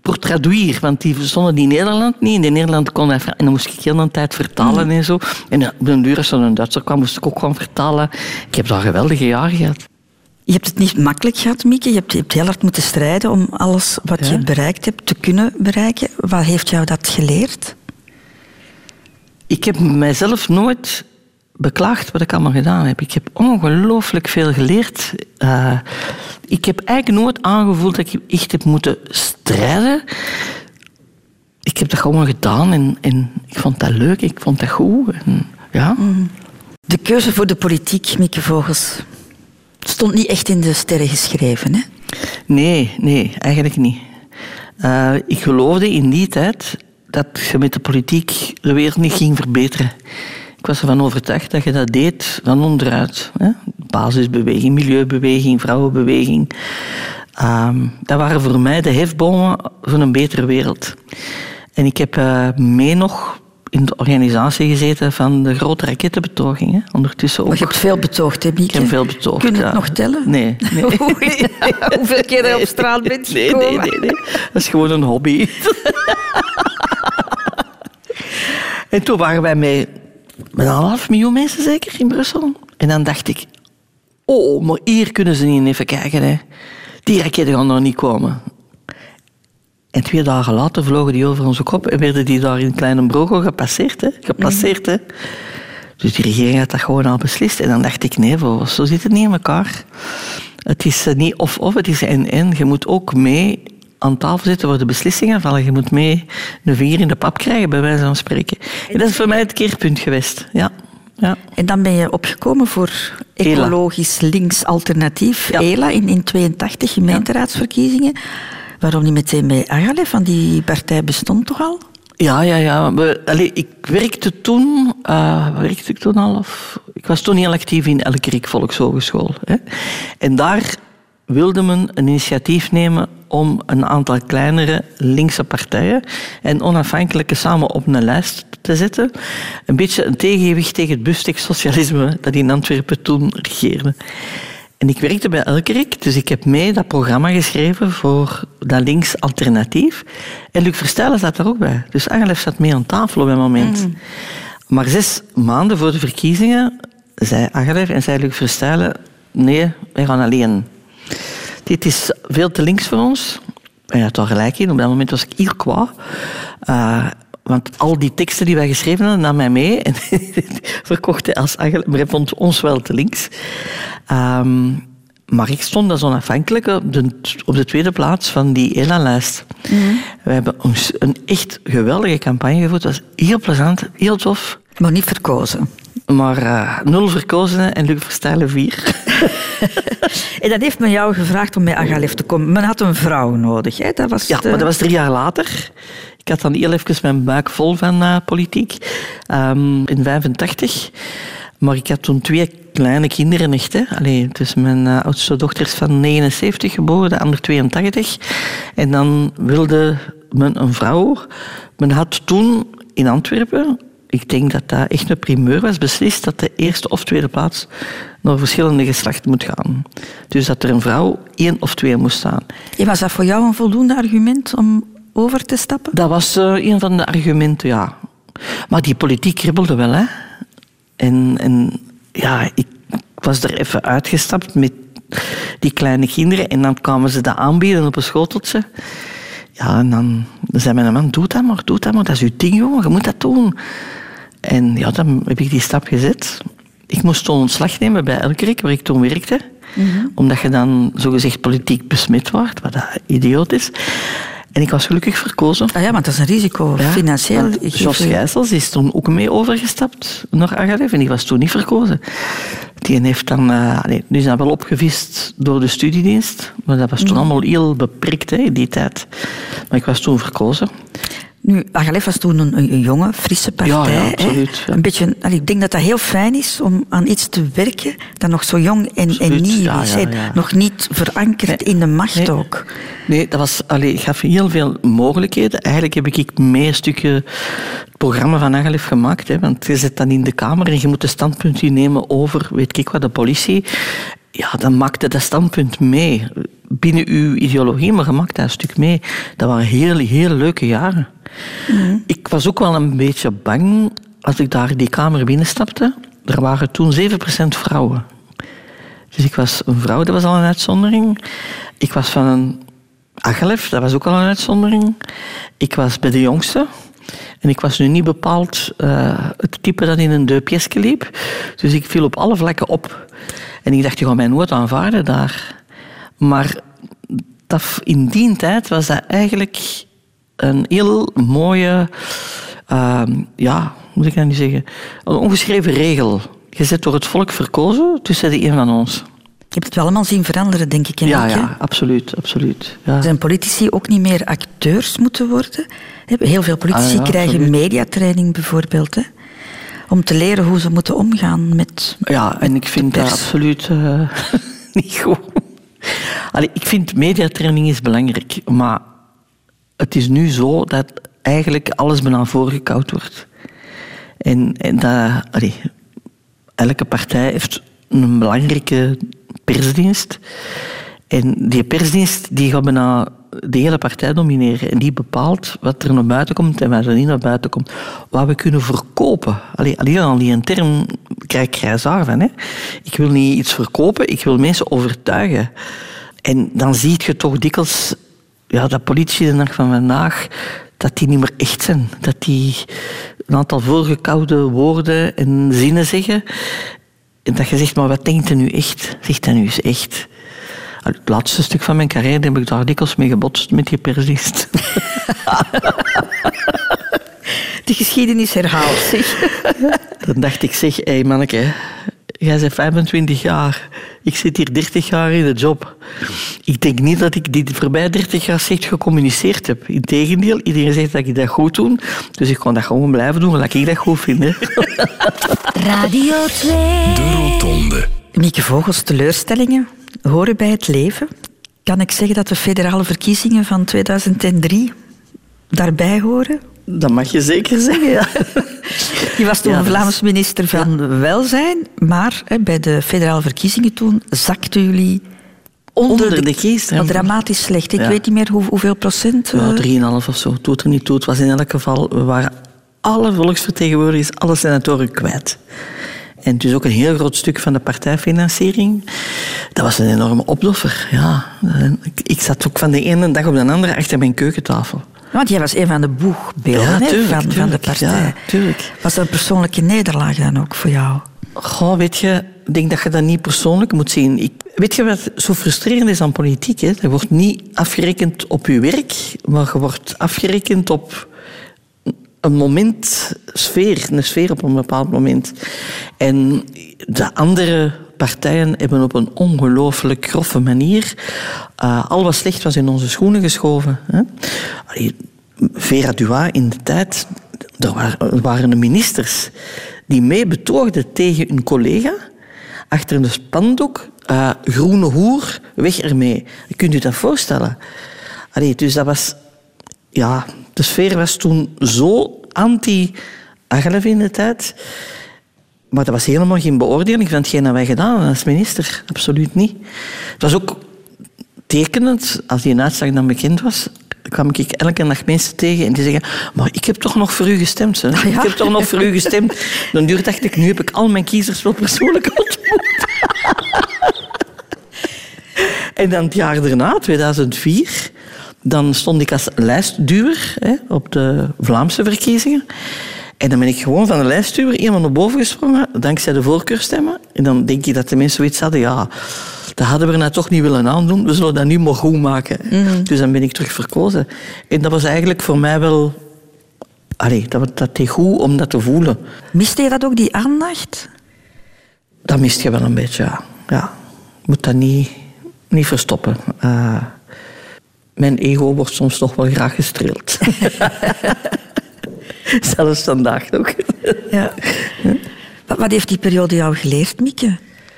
voor traduire, want die stonden in Nederland niet. In Nederland kon hij... En dan moest ik heel een tijd vertalen en zo. En op den duur, als er een Duitser kwam, moest ik ook gewoon vertalen. Ik heb daar geweldige jaren gehad. Je hebt het niet makkelijk gehad, Mieke. Je hebt heel hard moeten strijden om alles wat je bereikt hebt te kunnen bereiken. Wat heeft jou dat geleerd? Ik heb mijzelf nooit beklaagd wat ik allemaal gedaan heb. Ik heb ongelooflijk veel geleerd. Ik heb eigenlijk nooit aangevoeld dat ik echt heb moeten strijden. Ik heb dat gewoon gedaan en ik vond dat leuk, ik vond dat goed. En, ja. De keuze voor de politiek, Mieke Vogels, stond niet echt in de sterren geschreven, hè? Nee, eigenlijk niet. Ik geloofde in die tijd dat je met de politiek de wereld niet ging verbeteren. Ik was ervan overtuigd dat je dat deed van onderuit. Hè? Basisbeweging, milieubeweging, vrouwenbeweging. Dat waren voor mij de hefbomen van een betere wereld. En ik heb mee nog in de organisatie gezeten van de grote rakettenbetogingen. Ondertussen ook. Maar je hebt veel betoogd, hè, Mieke? Ik heb veel betoogd. Kun je het nog tellen? Nee. Hoeveel keer je op straat bent gekomen? Nee. Dat is gewoon een hobby. En toen waren wij met 500.000 mensen zeker in Brussel. En dan dacht ik, maar hier kunnen ze niet even kijken. Hè. Die raketten gaan er niet komen. En 2 dagen later vlogen die over onze kop en werden die daar in Kleinenbrogo gepasseerd. Hè. Dus die regering had dat gewoon al beslist. En dan dacht ik, nee, zo zit het niet in elkaar. Het is niet of, het is en. Je moet ook mee aan tafel zitten waar de beslissingen vallen. Je moet mee een vinger in de pap krijgen, bij wijze van spreken. En dat is voor mij het keerpunt geweest, ja. En dan ben je opgekomen voor ecologisch links alternatief, ELA, in 82 gemeenteraadsverkiezingen. Waarom niet meteen bij Agalef? Want die partij bestond toch al? Ja. Ik werkte toen al. Ik was toen heel actief in Elkerik Volkshogeschool. Hè. En daar wilde men een initiatief nemen om een aantal kleinere linkse partijen en onafhankelijke samen op een lijst te zetten. Een beetje een tegengewicht tegen het Bustek-socialisme dat in Antwerpen toen regeerde. En ik werkte bij Elkerik, dus ik heb mee dat programma geschreven voor dat links alternatief. En Luc Verstijlen zat daar ook bij. Dus Agalef zat mee aan tafel op een moment. Maar 6 maanden voor de verkiezingen zei Agalef en zei Luc Verstijlen, nee, wij gaan alleen. Dit is veel te links voor ons. En hij had daar gelijk in. Op dat moment was ik heel kwaad. Want al die teksten die wij geschreven hadden, nam mij mee. En verkocht hij als Agalef. Maar hij vond ons wel te links. Maar ik stond als onafhankelijke op de tweede plaats van die ELA-lijst. We hebben een echt geweldige campagne gevoerd. Het was heel plezant, heel tof. Maar niet verkozen. Maar 0 verkozenen en Luc Verstijlen 4. En dan heeft men jou gevraagd om bij Agalef te komen. Men had een vrouw nodig. Hè? Maar dat was 3 jaar later. Ik had dan heel even mijn buik vol van politiek. In 85. Maar ik had toen 2 kleine kinderen echt. Hè. Dus mijn oudste dochter is van 79 geboren, de andere 82. En dan wilde men een vrouw. Men had toen in Antwerpen, ik denk dat dat echt een primeur was, beslist dat de eerste of tweede plaats naar verschillende geslachten moet gaan. Dus dat er een vrouw 1 of 2 moest staan. En was dat voor jou een voldoende argument om over te stappen? Dat was een van de argumenten, ja. Maar die politiek kribbelde wel, hè. En ik was er even uitgestapt met die kleine kinderen en dan kwamen ze dat aanbieden op een schoteltje. Ja, en dan zei mijn man, doe dat maar, dat is uw ding, jongen, je moet dat doen. En ja, dan heb ik die stap gezet. Ik moest toen ontslag nemen bij Elkerik, waar ik toen werkte. Omdat je dan zogezegd politiek besmet wordt, wat dat idioot is. En ik was gelukkig verkozen. Ah ja, maar dat is een risico, financieel. Jos Gijsels is toen ook mee overgestapt naar Agalef en die was toen niet verkozen. Die heeft dan, die is dan wel opgevist door de studiedienst, maar dat was toen allemaal heel beperkt in die tijd. Maar ik was toen verkozen. Nu, Agalef was toen een jonge, frisse partij. Ja, absoluut. Een beetje, ik denk dat dat heel fijn is om aan iets te werken dat nog zo jong en nieuw is. Nog niet verankerd in de macht ook. Nee, dat was, gaf heel veel mogelijkheden. Eigenlijk heb ik mee een stukje het programma van Agalef gemaakt. Hè, want je zit dan in de Kamer en je moet een standpunt nemen over, weet ik wat, de politie. ja, dan maakte dat standpunt mee. Binnen uw ideologie, maar je maakte dat een stuk mee. Dat waren heel leuke jaren. Mm. Ik was ook wel een beetje bang als ik daar die kamer binnenstapte. Er waren toen 7% vrouwen. Dus ik was een vrouw, dat was al een uitzondering. Ik was van een Agelef, dat was ook al een uitzondering. Ik was bij de jongste. En ik was nu niet bepaald het type dat in een deupjesje liep. Dus ik viel op alle vlakken op. En ik dacht, je gaat mij nooit aanvaarden daar. Maar in die tijd was dat eigenlijk een heel mooie... hoe moet ik dat nu zeggen? Een ongeschreven regel. Je bent door het volk verkozen, dus ben je een van ons. Je hebt het wel allemaal zien veranderen, denk ik. Ja, absoluut. Ja. Zijn politici ook niet meer acteurs moeten worden? Heel veel politici krijgen mediatraining bijvoorbeeld. Hè? Om te leren hoe ze moeten omgaan met... Ja, en ik vind dat absoluut niet goed. Allee, ik vind mediatraining is belangrijk, maar het is nu zo dat eigenlijk alles bijna voorgekoud wordt. En dat... elke partij heeft een belangrijke persdienst. En die persdienst die gaat bijna de hele partij domineren. En die bepaalt wat er naar buiten komt en wat er niet naar buiten komt. Wat we kunnen verkopen. Alleen al die term krijg ik grijs haar van. Hè. Ik wil niet iets verkopen, ik wil mensen overtuigen. En dan zie je toch dikwijls dat politici de dag van vandaag... dat die niet meer echt zijn. Dat die een aantal voorgekoude woorden en zinnen zeggen. En dat je zegt, maar wat denkt u nu echt? Zegt dat nu eens echt? Het laatste stuk van mijn carrière heb ik daar dikwijls mee gebotst met die persdienst. De geschiedenis herhaalt zich. Dan dacht ik, zeg, hé manneke, jij bent 25 jaar. Ik zit hier 30 jaar in de job. Ik denk niet dat ik die voorbij 30 jaar slecht gecommuniceerd heb. Integendeel, iedereen zegt dat ik dat goed doe. Dus ik kan dat gewoon blijven doen, laat ik dat goed vinden. Radio 2. De Rotonde. Mieke Vogels, teleurstellingen horen bij het leven. Kan ik zeggen dat de federale verkiezingen van 2003 daarbij horen? Dat mag je zeker zeggen, ja. Je was toen Vlaams minister van Welzijn, maar bij de federale verkiezingen toen zakten jullie onder de kies. Dramatisch slecht. Ik weet niet meer hoeveel procent. 3,5 of zo. Doet er niet toe. Het was in elk geval, we waren alle volksvertegenwoordigers, alle senatoren kwijt. En het is ook een heel groot stuk van de partijfinanciering. Dat was een enorme opdoffer. Ja. Ik zat ook van de ene dag op de andere achter mijn keukentafel. Want jij was een van de boegbeelden van de partij. Ja, tuurlijk. Was dat een persoonlijke nederlaag dan ook voor jou? Goh, weet je, ik denk dat je dat niet persoonlijk moet zien. Weet je wat zo frustrerend is aan politiek? Hè? Er wordt niet afgerekend op je werk, maar je wordt afgerekend op een moment, een sfeer op een bepaald moment. En de andere partijen hebben op een ongelooflijk grove manier al wat slecht was in onze schoenen geschoven. Hè? Vera Duha in de tijd, er waren de ministers die mee betoogden tegen hun collega achter een spandoek, groene hoer, weg ermee. Kunt u dat voorstellen? Dus dat was... Ja, de sfeer was toen zo anti-Agelef in de tijd. Maar dat was helemaal geen beoordeling van hetgeen dat wij gedaan hebben als minister. Absoluut niet. Het was ook tekenend, als die uitslag dan bekend was, kwam ik elke dag mensen tegen en die zeggen, maar ik heb toch nog voor u gestemd. Hè? Ik heb toch nog voor u gestemd. Dan dacht ik, nu heb ik al mijn kiezers wel persoonlijk ontmoet. En dan het jaar daarna, 2004... Dan stond ik als lijstduwer op de Vlaamse verkiezingen. En dan ben ik gewoon van de lijstduwer iemand naar boven gesprongen, dankzij de voorkeurstemmen. En dan denk ik dat de mensen zoiets hadden, ja, dat hadden we nou toch niet willen aandoen, we zullen dat nu maar goed maken. Mm-hmm. Dus dan ben ik terug verkozen. En dat was eigenlijk voor mij wel... dat deed goed om dat te voelen. Miste je dat ook, die aandacht? Dat mist je wel een beetje, ja. Je moet dat niet verstoppen. Mijn ego wordt soms nog wel graag gestreeld. Zelfs vandaag nog. Ja. Wat heeft die periode jou geleerd, Mieke?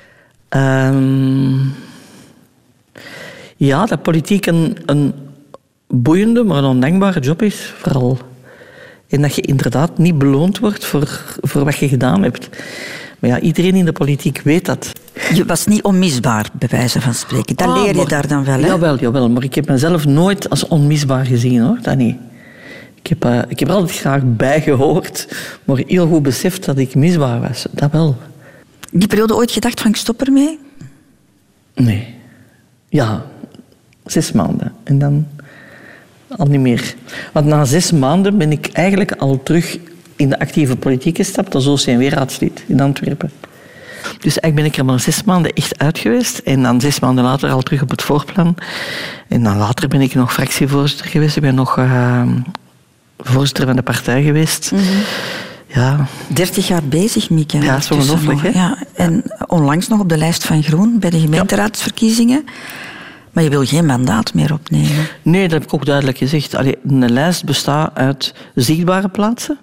Dat politiek een boeiende, maar een ondankbare job is, vooral. En dat je inderdaad niet beloond wordt voor wat je gedaan hebt. Maar ja, iedereen in de politiek weet dat. Je was niet onmisbaar, bij wijze van spreken. Dat leer je daar dan wel, hè? Jawel. Maar ik heb mezelf nooit als onmisbaar gezien, hoor. Dat niet. Ik heb er altijd graag bij gehoord, maar heel goed beseft dat ik misbaar was. Dat wel. Die periode ooit gedacht van, ik stop ermee? Nee. Ja, 6 maanden. En dan al niet meer. Want na 6 maanden ben ik eigenlijk al terug in de actieve politiek gestapt als OCMW-raadslid in Antwerpen. Dus eigenlijk ben ik er maar 6 maanden echt uit geweest. En dan 6 maanden later al terug op het voorplan. En dan later ben ik nog fractievoorzitter geweest. Ik ben nog voorzitter van de partij geweest. Mm-hmm. Ja. 30 jaar bezig, Mieke. Ja, dat is ongelooflijk, hè? Ja, en onlangs nog op de lijst van Groen bij de gemeenteraadsverkiezingen. Maar je wil geen mandaat meer opnemen. Nee, dat heb ik ook duidelijk gezegd. Een lijst bestaat uit zichtbare plaatsen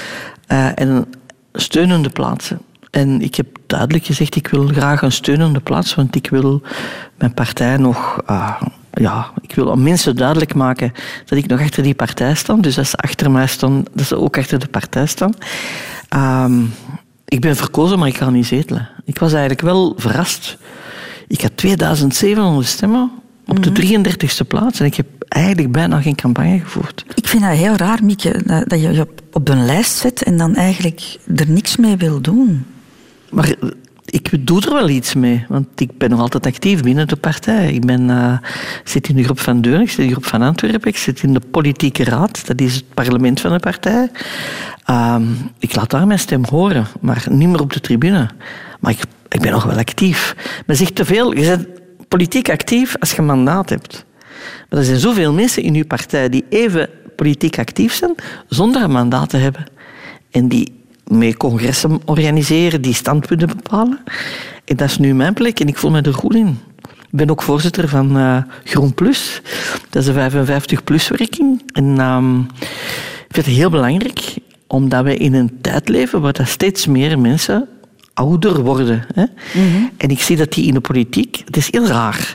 en steunende plaatsen. En ik heb duidelijk gezegd, ik wil graag een steunende plaats, want ik wil mijn partij nog... ik wil aan mensen duidelijk maken dat ik nog achter die partij sta. Dus dat ze achter mij staan, dat ze ook achter de partij staan. Ik ben verkozen, maar ik ga niet zetelen. Ik was eigenlijk wel verrast. Ik had 2700 stemmen op de 33e plaats en ik heb eigenlijk bijna geen campagne gevoerd. Ik vind dat heel raar, Mieke, dat je op een lijst zet en dan eigenlijk er niks mee wil doen. Maar ik doe er wel iets mee, want ik ben nog altijd actief binnen de partij. Ik zit in de groep van Deurne, ik zit in de groep van Antwerpen, ik zit in de politieke raad, dat is het parlement van de partij. Ik laat daar mijn stem horen, maar niet meer op de tribune. Maar ik ben nog wel actief. Men zegt te veel, je bent politiek actief als je een mandaat hebt. Maar er zijn zoveel mensen in uw partij die even politiek actief zijn, zonder een mandaat te hebben. En die met congressen organiseren, die standpunten bepalen. En dat is nu mijn plek en ik voel me er goed in. Ik ben ook voorzitter van Groen Plus. Dat is een 55-plus-werking. En ik vind het heel belangrijk, omdat we in een tijd leven waar steeds meer mensen ouder worden. Hè? Mm-hmm. En ik zie dat die in de politiek... Het is heel raar.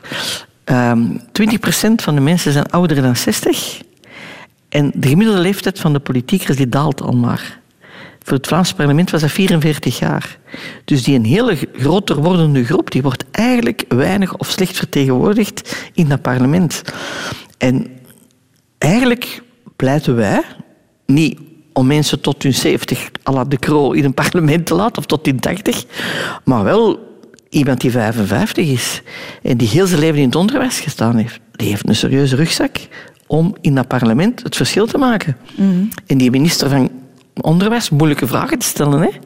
20% van de mensen zijn ouder dan 60. En de gemiddelde leeftijd van de politiekers die daalt al maar. Voor het Vlaams parlement was dat 44 jaar. Dus die een hele groter wordende groep, die wordt eigenlijk weinig of slecht vertegenwoordigd in dat parlement. En eigenlijk pleiten wij niet om mensen tot hun 70 à la De Croo in een parlement te laten, of tot hun 80, maar wel iemand die 55 is en die heel zijn leven in het onderwijs gestaan heeft. Die heeft een serieuze rugzak om in dat parlement het verschil te maken. Mm-hmm. En die minister van Onderwijs, moeilijke vragen te stellen. Hè?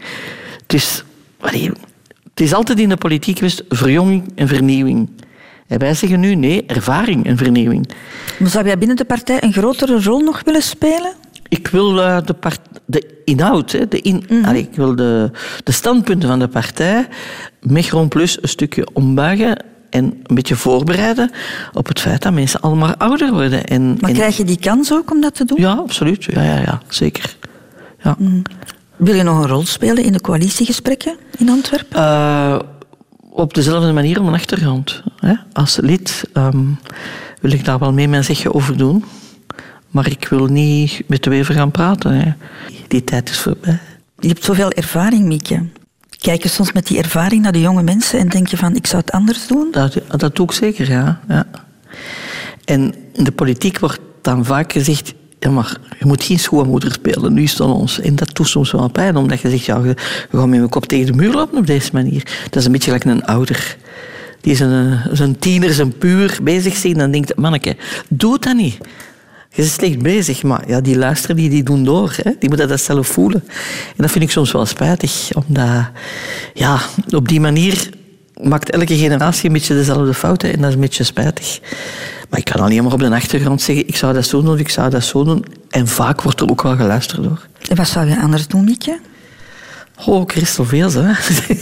Het is altijd in de politiek geweest verjonging en vernieuwing. En wij zeggen nu nee, ervaring en vernieuwing. Maar zou jij binnen de partij een grotere rol nog willen spelen? Ik wil de inhoud, ik wil de standpunten van de partij met Groen Plus een stukje ombuigen en een beetje voorbereiden op het feit dat mensen allemaal ouder worden. Maar krijg je die kans ook om dat te doen? Ja, absoluut. Ja, zeker. Ja. Wil je nog een rol spelen in de coalitiegesprekken in Antwerpen? Op dezelfde manier om een achtergrond. Hè? Als lid wil ik daar wel mee mijn zegje over doen. Maar ik wil niet met de Wever gaan praten. Hè. Die tijd is voorbij. Je hebt zoveel ervaring, Mieke. Kijk je soms met die ervaring naar de jonge mensen en denk je van, ik zou het anders doen? Dat doe ik zeker, ja. En in de politiek wordt dan vaak gezegd, ja, maar je moet geen schoonmoeder spelen, nu is het aan ons. En dat doet soms wel pijn, omdat je zegt, ja, je gaat met je kop tegen de muur lopen op deze manier. Dat is een beetje like een ouder. Die zijn tiener, zijn puur bezig zijn, dan denkt manneke, doe dat niet. Je bent slecht bezig, maar ja, die luisteren, die doen door. Hè? Die moeten dat zelf voelen. En dat vind ik soms wel spijtig, omdat ja, op die manier maakt elke generatie een beetje dezelfde fouten en dat is een beetje spijtig. Maar ik kan alleen maar op de achtergrond zeggen, ik zou dat zo doen of ik zou dat zo doen. En vaak wordt er ook wel geluisterd door. En wat zou je anders doen, Mieke? Oh, Christel Veels, hè.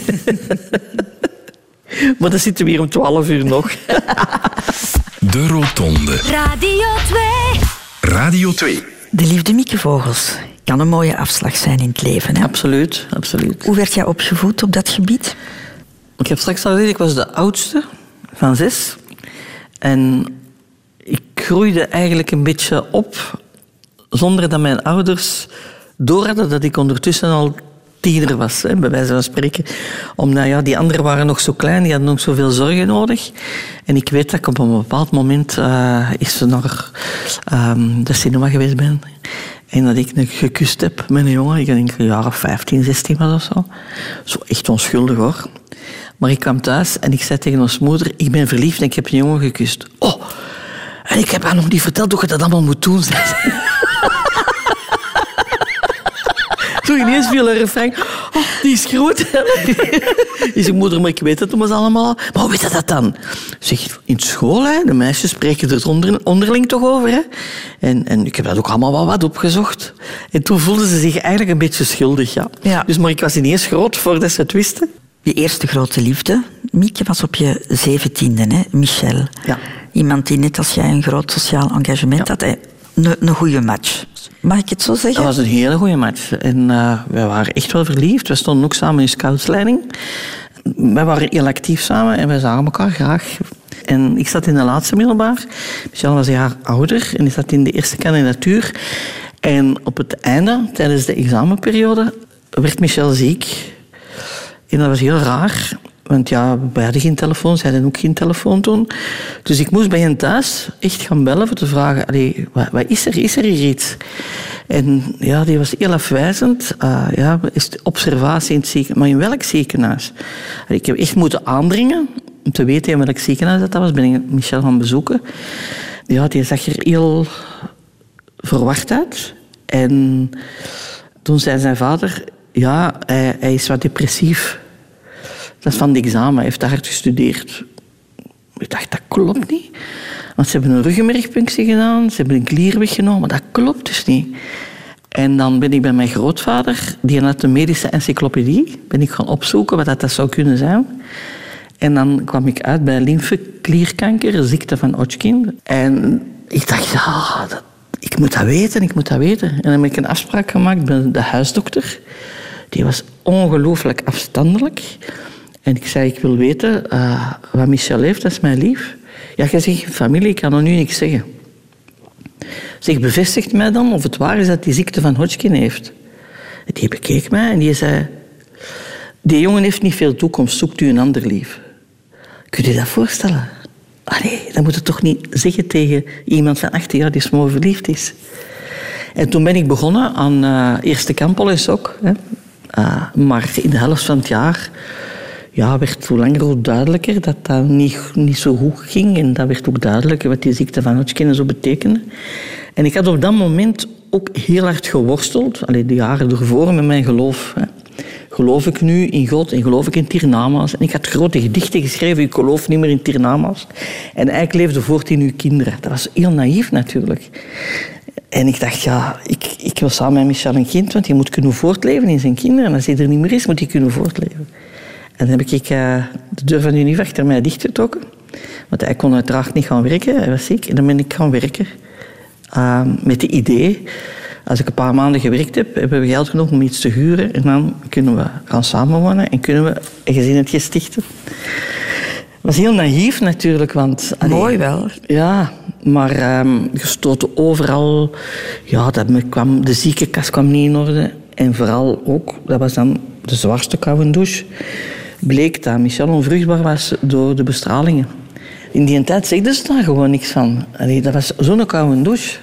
Maar dan zitten we hier om 12 uur nog. De Rotonde. Radio 2. Radio 2. De liefde, Mieke Vogels, kan een mooie afslag zijn in het leven. Hè? Absoluut, absoluut. Hoe werd jij opgevoed op dat gebied? Ik heb straks al gezegd, ik was de oudste van 6. En ik groeide eigenlijk een beetje op zonder dat mijn ouders doorhadden dat ik ondertussen al tiener was, hè, bij wijze van spreken. Omdat die anderen waren nog zo klein, die hadden nog zoveel zorgen nodig. En ik weet dat ik op een bepaald moment eens naar de cinema geweest ben. En dat ik gekust heb met een jongen. Ik denk een jaar of 15, 16 was of zo. Zo echt onschuldig hoor. Maar ik kwam thuis en ik zei tegen ons moeder, ik ben verliefd en ik heb een jongen gekust. Oh, en ik heb haar nog niet verteld hoe je dat allemaal moet doen. Toen ineens viel een refrein. Oh, die is groot. Die zei, moeder, maar ik weet het allemaal. Maar hoe weet je dat dan? Zeg, in school, hè, de meisjes spreken er onderling toch over. Hè? En ik heb dat ook allemaal wel wat opgezocht. En toen voelden ze zich eigenlijk een beetje schuldig. Ja. Dus, maar ik was ineens groot voordat ze het wisten. Je eerste grote liefde, Mieke, was op je 17e, hè? Michel. Ja. Iemand die net als jij een groot sociaal engagement had. Een goede match. Mag ik het zo zeggen? Dat was een hele goede match. En wij waren echt wel verliefd. We stonden ook samen in scoutsleiding. Wij waren heel actief samen en wij zagen elkaar graag. En ik zat in de laatste middelbaar. Michel was een jaar ouder en ik zat in de eerste kandidatuur. En op het einde, tijdens de examenperiode, werd Michel ziek. En dat was heel raar. Want ja, wij hadden geen telefoon, zij hadden ook geen telefoon toen. Dus ik moest bij hen thuis echt gaan bellen voor te vragen, allee, wat is er? Is er hier iets? En ja, die was heel afwijzend. Is de observatie in het ziekenhuis. Maar in welk ziekenhuis? Allee, ik heb echt moeten aandringen om te weten in welk ziekenhuis dat was. Ben ik Michel gaan bezoeken. Ja, die zag er heel verward uit. En toen zei zijn vader, ja, hij is wat depressief. Dat is van het examen, hij heeft te hard gestudeerd. Ik dacht, dat klopt niet. Want ze hebben een ruggenmergpunctie gedaan, ze hebben een klier weggenomen, dat klopt dus niet. En dan ben ik bij mijn grootvader, die had een medische encyclopedie, ben ik gaan opzoeken wat dat zou kunnen zijn. En dan kwam ik uit bij lymfeklierkanker, een ziekte van Hodgkin. En ik dacht, ja, ik moet dat weten. En dan heb ik een afspraak gemaakt bij de huisdokter. Die was ongelooflijk afstandelijk. En ik zei, ik wil weten wat Michel heeft, dat is mijn lief. Ja, jij zegt, familie, ik kan nog nu niks zeggen. Zeg, bevestigt mij dan of het waar is dat die ziekte van Hodgkin heeft. En die bekeek mij en die zei, die jongen heeft niet veel toekomst, zoekt u een ander lief. Kun je dat voorstellen? Nee, dat moet je toch niet zeggen tegen iemand van 18 jaar die smoor verliefd is. En toen ben ik begonnen aan eerste kampel en sok. Maar in de helft van het jaar werd hoe langer hoe duidelijker dat dat niet zo goed ging. En dat werd ook duidelijker wat die ziekte van Hodgkin zo betekende. En ik had op dat moment ook heel hard geworsteld, de jaren ervoor, met mijn geloof. Geloof ik nu in God en geloof ik in het hiernamaals? En ik had grote gedichten geschreven, ik geloof niet meer in het hiernamaals. En eigenlijk leefde voort in uw kinderen. Dat was heel naïef natuurlijk. En ik dacht, ja, ik wil samen met Michel een kind, want die moet kunnen voortleven in zijn kinderen. En als hij er niet meer is, moet hij kunnen voortleven. En dan heb ik de deur van de Unief achter mij dichtgetrokken. Want hij kon uiteraard niet gaan werken, hij was ziek. En dan ben ik gaan werken met het idee, als ik een paar maanden gewerkt heb, hebben we geld genoeg om iets te huren. En dan kunnen we gaan samenwonen en kunnen we een gezinnetje stichten. Het was heel naïef natuurlijk, want... Mooi wel. Ja, maar gestoten overal. Ja, de ziekenkast kwam niet in orde. En vooral ook, dat was dan de zwaarste koude douche, bleek dat Michel onvruchtbaar was door de bestralingen. In die tijd zegden ze daar gewoon niks van. Dat was zo'n koude douche.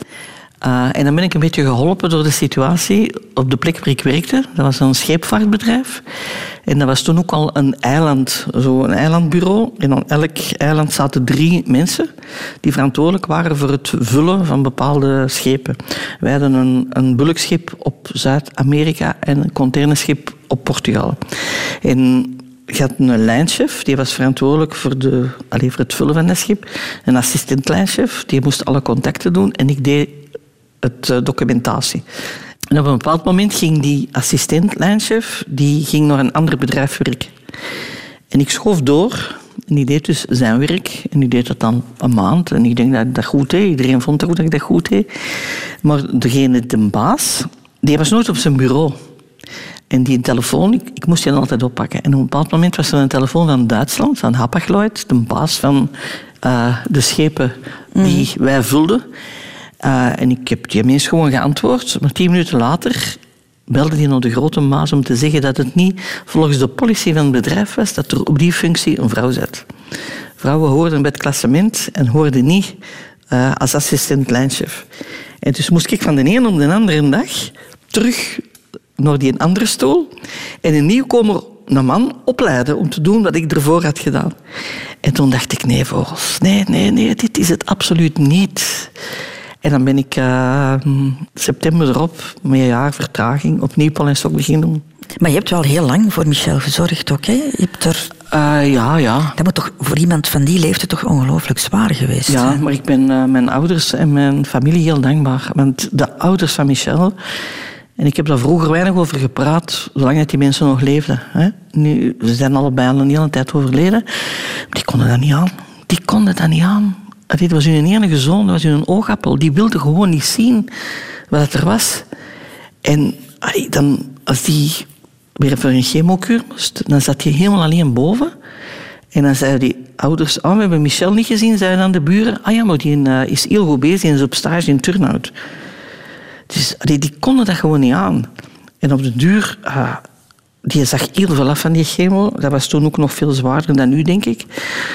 En dan ben ik een beetje geholpen door de situatie op de plek waar ik werkte. Dat was een scheepvaartbedrijf. En dat was toen ook al een eiland, zo'n eilandbureau. En op elk eiland zaten 3 mensen die verantwoordelijk waren voor het vullen van bepaalde schepen. Wij hadden een bulkschip op Zuid-Amerika en een containerschip op Portugal. En je had een lijnchef, die was verantwoordelijk voor het vullen van dat schip. Een assistent-lijnchef, die moest alle contacten doen. En ik deed de documentatie. En op een bepaald moment ging die assistent-lijnchef naar een ander bedrijf werken. En ik schoof door en die deed dus zijn werk. En die deed dat dan een maand. En ik denk dat ik dat goed deed. Iedereen vond ook dat ik dat goed deed. Maar de baas, die was nooit op zijn bureau. En die telefoon, ik moest die dan altijd oppakken. En op een bepaald moment was er een telefoon van Duitsland, van Hapag-Lloyd, de baas van de schepen die wij vulden. En ik heb die mens gewoon geantwoord. Maar 10 minuten later belde hij naar de Grote Maas om te zeggen dat het niet volgens de policy van het bedrijf was dat er op die functie een vrouw zat. Vrouwen hoorden bij het klassement en hoorden niet als assistent lijnchef. En dus moest ik van de ene op de andere dag terug naar die andere stoel en een nieuwkomer, een man, opleiden om te doen wat ik ervoor had gedaan. En toen dacht ik, nee, vogels, nee, dit is het absoluut niet. En dan ben ik september erop, met een jaar vertraging, opnieuw Paul en Sok beginnen doen. Maar je hebt wel heel lang voor Michel gezorgd ook, hè? Je hebt er... Ja. Dat moet toch voor iemand van die leeftijd toch ongelooflijk zwaar geweest Ja, zijn? maar ik ben mijn ouders en mijn familie heel dankbaar. Want de ouders van Michel... En ik heb daar vroeger weinig over gepraat, zolang dat die mensen nog leefden. Hè? Nu, ze zijn allebei al een hele tijd overleden. Die konden dat niet aan. Dit was hun enige zoon, dat was hun oogappel. Die wilde gewoon niet zien wat er was. En dan, als die weer voor een chemokuur moest, dan zat hij helemaal alleen boven. En dan zeiden die ouders, we hebben Michel niet gezien, zeiden dan de buren. Ja, maar die is heel goed bezig en is op stage in Turnhout. Dus die konden dat gewoon niet aan. En op de duur, die zag heel veel af van die chemo. Dat was toen ook nog veel zwaarder dan nu, denk ik.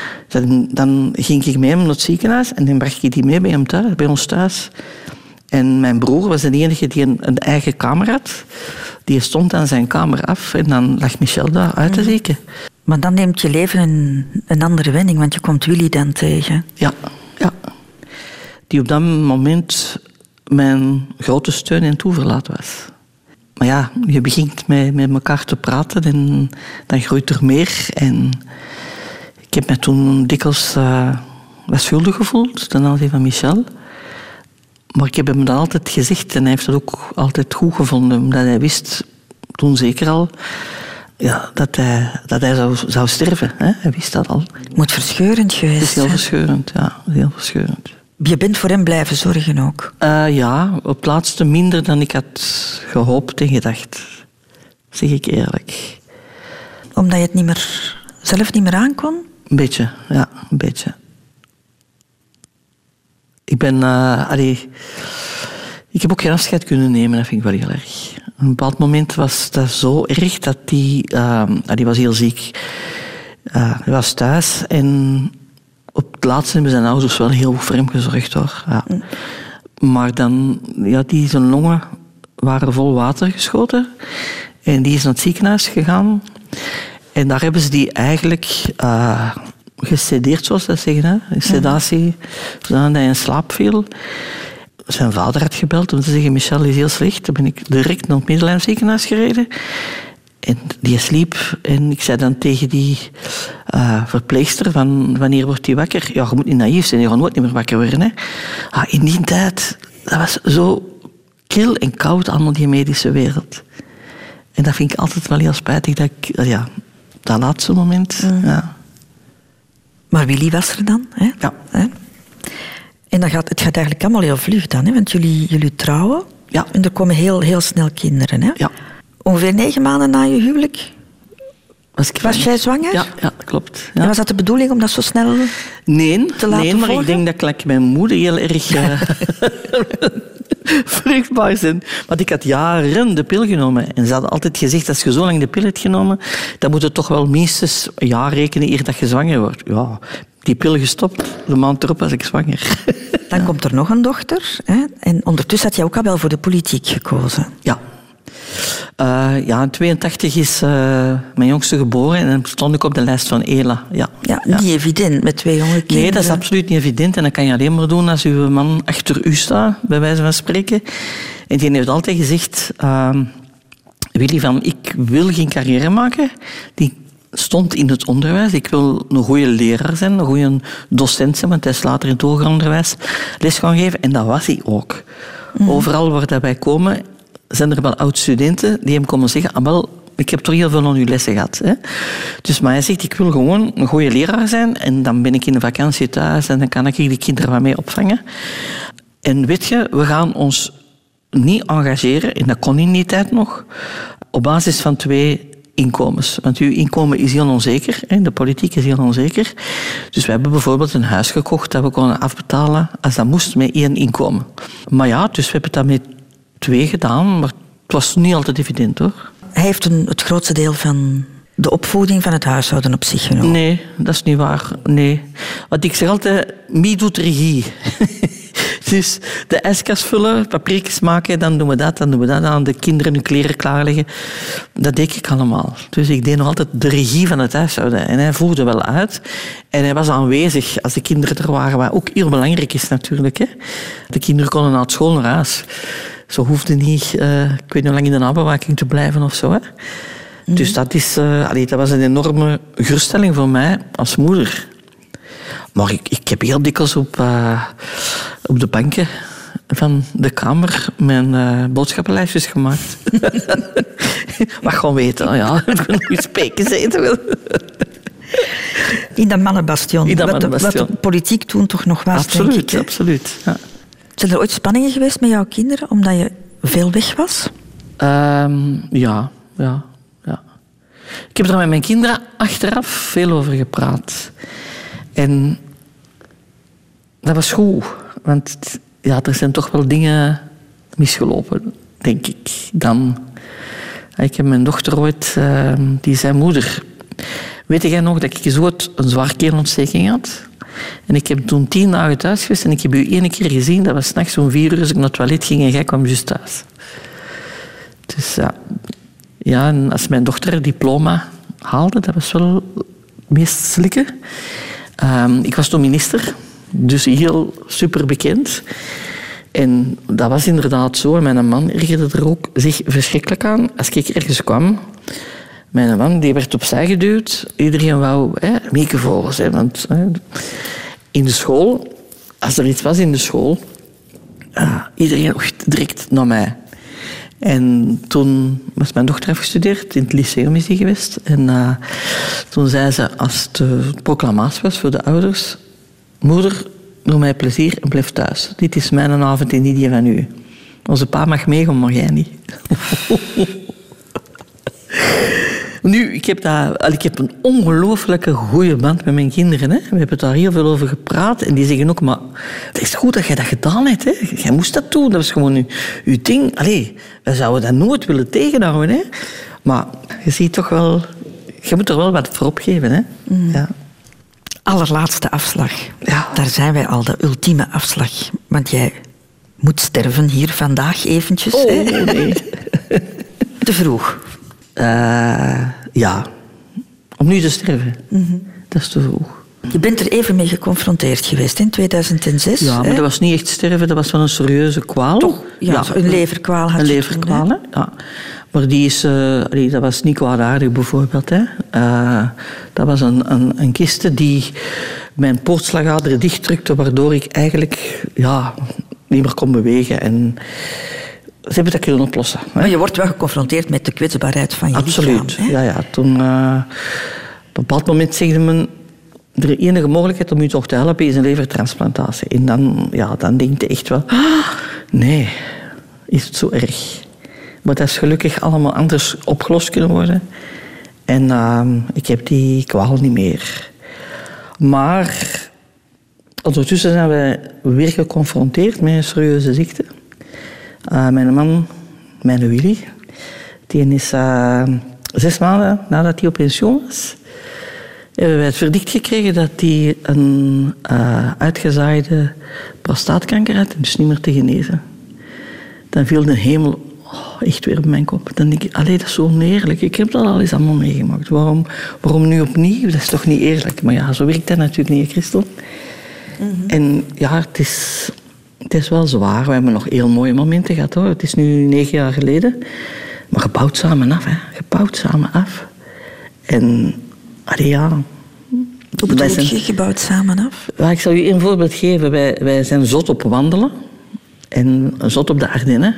Dan ging ik mee hem naar het ziekenhuis en dan bracht ik die mee bij hem thuis, bij ons thuis. En mijn broer was de enige die een eigen kamer had. Die stond aan zijn kamer af en dan lag Michel daar uit te zieken. Maar dan neemt je leven een andere wending, want je komt Willy dan tegen. Ja. Die op dat moment mijn grote steun en toeverlaat was. Maar ja, je begint met elkaar te praten en dan groeit er meer. En ik heb me toen dikwijls wat schuldig gevoeld ten aanzien van Michel. Maar ik heb hem dat altijd gezegd en hij heeft het ook altijd goed gevonden. Omdat hij wist, toen zeker al, dat hij zou sterven. Hè? Hij wist dat al. Het moet verscheurend geweest zijn. Het is heel verscheurend, ja. Heel verscheurend. Je bent voor hem blijven zorgen ook? Ja, op het laatste minder dan ik had gehoopt en gedacht. Zeg ik eerlijk. Omdat je het zelf niet meer aankon? Een beetje, ja, een beetje. Ik heb ook geen afscheid kunnen nemen, dat vind ik wel heel erg. Op een bepaald moment was dat zo erg dat die was heel ziek. Hij was thuis en op het laatste hebben zijn ouders wel heel goed voor hem gezorgd, hoor. Ja. Maar dan, zijn longen waren vol water geschoten. En die is naar het ziekenhuis gegaan. En daar hebben ze die eigenlijk gesedeerd, zoals ze dat zeggen. Hè? Een sedatie, zodat hij in slaap viel. Zijn vader had gebeld om te zeggen, Michel is heel slecht. Dan ben ik direct naar het Middelheim ziekenhuis gereden. En die sliep. En ik zei dan tegen die verpleegster van, wanneer wordt hij wakker? Ja, je moet niet naïef zijn, je gaat nooit meer wakker worden. Hè? In die tijd, dat was zo kil en koud, allemaal die medische wereld. En dat vind ik altijd wel heel spijtig, dat laatste moment. Ja. Maar Willy was er dan, hè? Ja. En het gaat eigenlijk allemaal heel vlug dan, hè? Want jullie trouwen. Ja. En er komen heel, heel snel kinderen, hè? Ja. Ongeveer 9 maanden na je huwelijk was jij zwanger? Ja, klopt. Ja. En was dat de bedoeling om dat zo snel te laten maar volgen? Ik denk dat ik mijn moeder heel erg vruchtbaar zijn. Want ik had jaren de pil genomen. En ze hadden altijd gezegd, als je zo lang de pil hebt genomen, dan moet het toch wel minstens een jaar rekenen eer dat je zwanger wordt. Ja, die pil gestopt, de maand erop was ik zwanger. Dan komt er nog een dochter. Hè? En ondertussen had jij ook al wel voor de politiek gekozen. Ja. In 1982 is mijn jongste geboren en dan stond ik op de lijst van ELA. Ja, niet evident met 2 jonge kinderen. Nee, dat is absoluut niet evident. En dat kan je alleen maar doen als uw man achter u staat, bij wijze van spreken. En die heeft altijd gezegd, Willy, ik wil geen carrière maken. Die stond in het onderwijs. Ik wil een goede leraar zijn, een goede docent zijn, want hij is later in het hoger onderwijs les gaan geven. En dat was hij ook. Overal waar wij komen, zijn er wel oud-studenten die hem komen zeggen, ik heb toch heel veel aan uw lessen gehad. Hè? Dus maar hij zegt, ik wil gewoon een goede leraar zijn en dan ben ik in de vakantie thuis en dan kan ik die kinderen wat mee opvangen. En weet je, we gaan ons niet engageren, en dat kon in die tijd nog, op basis van 2 inkomens. Want uw inkomen is heel onzeker, hè? De politiek is heel onzeker. Dus we hebben bijvoorbeeld een huis gekocht dat we konden afbetalen als dat moest met 1 inkomen. Maar ja, dus we hebben dat met 2 gedaan, maar Het was niet altijd evident, hoor. Hij heeft het grootste deel van de opvoeding van het huishouden op zich genomen. Nee, dat is niet waar. Nee. Want ik zeg altijd, Mie doet regie. Dus de ijskast vullen, papiertjes maken, dan doen we dat, dan doen we dat. Aan de kinderen hun kleren klaarleggen. Dat deed ik allemaal. Dus ik deed nog altijd de regie van het huishouden. En hij voerde wel uit. En hij was aanwezig als de kinderen er waren. Wat ook heel belangrijk is natuurlijk. Hè. De kinderen konden na school naar huis. Ze hoefden niet, ik weet niet hoe lang in de nabewaking te blijven of zo. Hè. Dus dat was een enorme geruststelling voor mij als moeder. Maar ik heb heel dikwijls op de banken van de kamer mijn boodschappenlijstjes gemaakt. Wat gewoon weten, ja. Ik wil nog spekens eten. In dat mannenbastion. Wat de politiek toen toch nog was, absoluut, denk ik. Hè? Absoluut, ja. Zijn er ooit spanningen geweest met jouw kinderen, omdat je veel weg was? Ja. Ik heb er met mijn kinderen achteraf veel over gepraat. En dat was goed. Want ja, er zijn toch wel dingen misgelopen, denk ik. Dan, ik heb mijn dochter ooit, die zei: moeder, weet jij nog dat ik zo een zwaar keelontsteking had? En ik heb toen 10 dagen thuis geweest en ik heb u 1 keer gezien. Dat was 's nachts om 4 uur als ik naar het toilet ging en jij kwam juist thuis. Dus ja, en als mijn dochter het diploma haalde, dat was wel het meest slikken. Ik was toen minister, dus heel super bekend. En dat was inderdaad zo. En mijn man ergerde er ook zich verschrikkelijk aan. Als ik ergens kwam, mijn man die werd opzij geduwd. Iedereen wou Mieke Vogels. Want in de school, als er iets was in de school, iedereen direct naar mij. En toen was mijn dochter afgestudeerd, in het lyceum is die geweest. En toen zei ze, als de proclamatie was voor de ouders: moeder, doe mij plezier en blijf thuis. Dit is mijn avond en niet die van u. Onze pa mag meegaan, maar jij niet. Nu, ik heb een ongelooflijke goede band met mijn kinderen. Hè. We hebben daar heel veel over gepraat. En die zeggen ook: maar het is goed dat jij dat gedaan hebt. Hè. Jij moest dat doen. Dat was gewoon uw ding. Allee, wij zouden dat nooit willen tegenhouden. Hè. Maar je ziet toch wel... Je moet er wel wat voor opgeven. Hè. Ja. Allerlaatste afslag. Ja. Daar zijn wij al, de ultieme afslag. Want jij moet sterven hier vandaag eventjes. Oh, hè. nee. Te vroeg. Ja. Om nu te sterven. Dat is te vroeg. Je bent er even mee geconfronteerd geweest in 2006. Ja, maar dat was niet echt sterven. Dat was wel een serieuze kwaal. Toch? Ja, een leverkwaal had een je leverkwaal, toen, hè? Ja. Maar die is, dat was niet kwaadaardig, bijvoorbeeld. Hè. Dat was een kiste die mijn poortslagaderen dichtdrukte, waardoor ik eigenlijk niet meer kon bewegen. En ze hebben dat kunnen oplossen. Hè. Maar je wordt wel geconfronteerd met de kwetsbaarheid van je lichaam. Absoluut. Ja. Toen, op een bepaald moment zegde men: de enige mogelijkheid om u toch te helpen is een levertransplantatie. En dan denk je echt wel: nee, is het zo erg? Maar dat is gelukkig allemaal anders opgelost kunnen worden. En ik heb die kwaal niet meer. Maar ondertussen zijn we weer geconfronteerd met een serieuze ziekte. Mijn man, mijn Willy, die is 6 maanden nadat hij op pensioen was, hebben wij het verdict gekregen dat hij een uitgezaaide prostaatkanker had en dus niet meer te genezen. Dan viel de hemel echt weer op mijn kop. Dan denk ik: allee, dat is zo oneerlijk. Ik heb dat al eens allemaal meegemaakt. Waarom nu opnieuw? Dat is toch niet eerlijk? Maar ja, zo werkt dat natuurlijk niet, Christel. En ja, het is wel zwaar. We hebben nog heel mooie momenten gehad, hoor. Het is nu 9 jaar geleden. Maar je bouwt samen af, hè. Je bouwt samen af. En, ja... Hoe bedoel je, je bouwt samen af? Ja, ik zal u een voorbeeld geven. Wij zijn zot op wandelen. En zot op de Ardennen.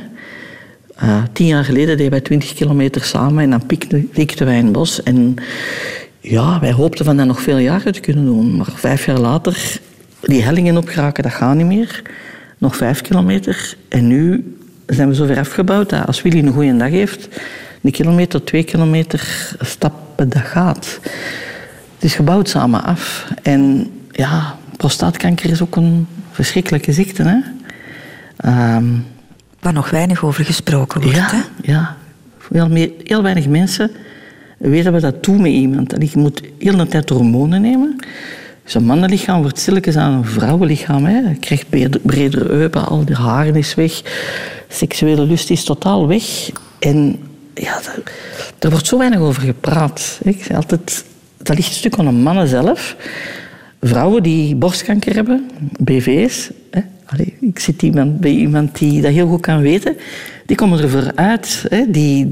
10 jaar geleden deden wij 20 kilometer samen en dan pikten wij in het bos. En ja, wij hoopten van dat nog veel jaren te kunnen doen. Maar 5 jaar later, die hellingen opgeraken, dat gaat niet meer. Nog 5 kilometer. En nu zijn we zo ver afgebouwd dat als Willy een goede dag heeft, 1 kilometer, 2 kilometer stappen, dat gaat. Het is gebouwd samen af. En ja, prostaatkanker is ook een verschrikkelijke ziekte, hè. Waar nog weinig over gesproken wordt. Ja, hè? ja. Heel weinig mensen weten wat dat doet met iemand. En je moet heel de tijd hormonen nemen. Dus een mannenlichaam wordt stilletjes aan een vrouwenlichaam. Hè. Je krijgt bredere heupen, al die haren is weg. Seksuele lust is totaal weg. En ja, er wordt zo weinig over gepraat. Ik zeg altijd, dat ligt een stuk aan de mannen zelf. Vrouwen die borstkanker hebben, BV's. Hè. Allee, ik zit bij iemand die dat heel goed kan weten. Die komen ervoor uit. Hè.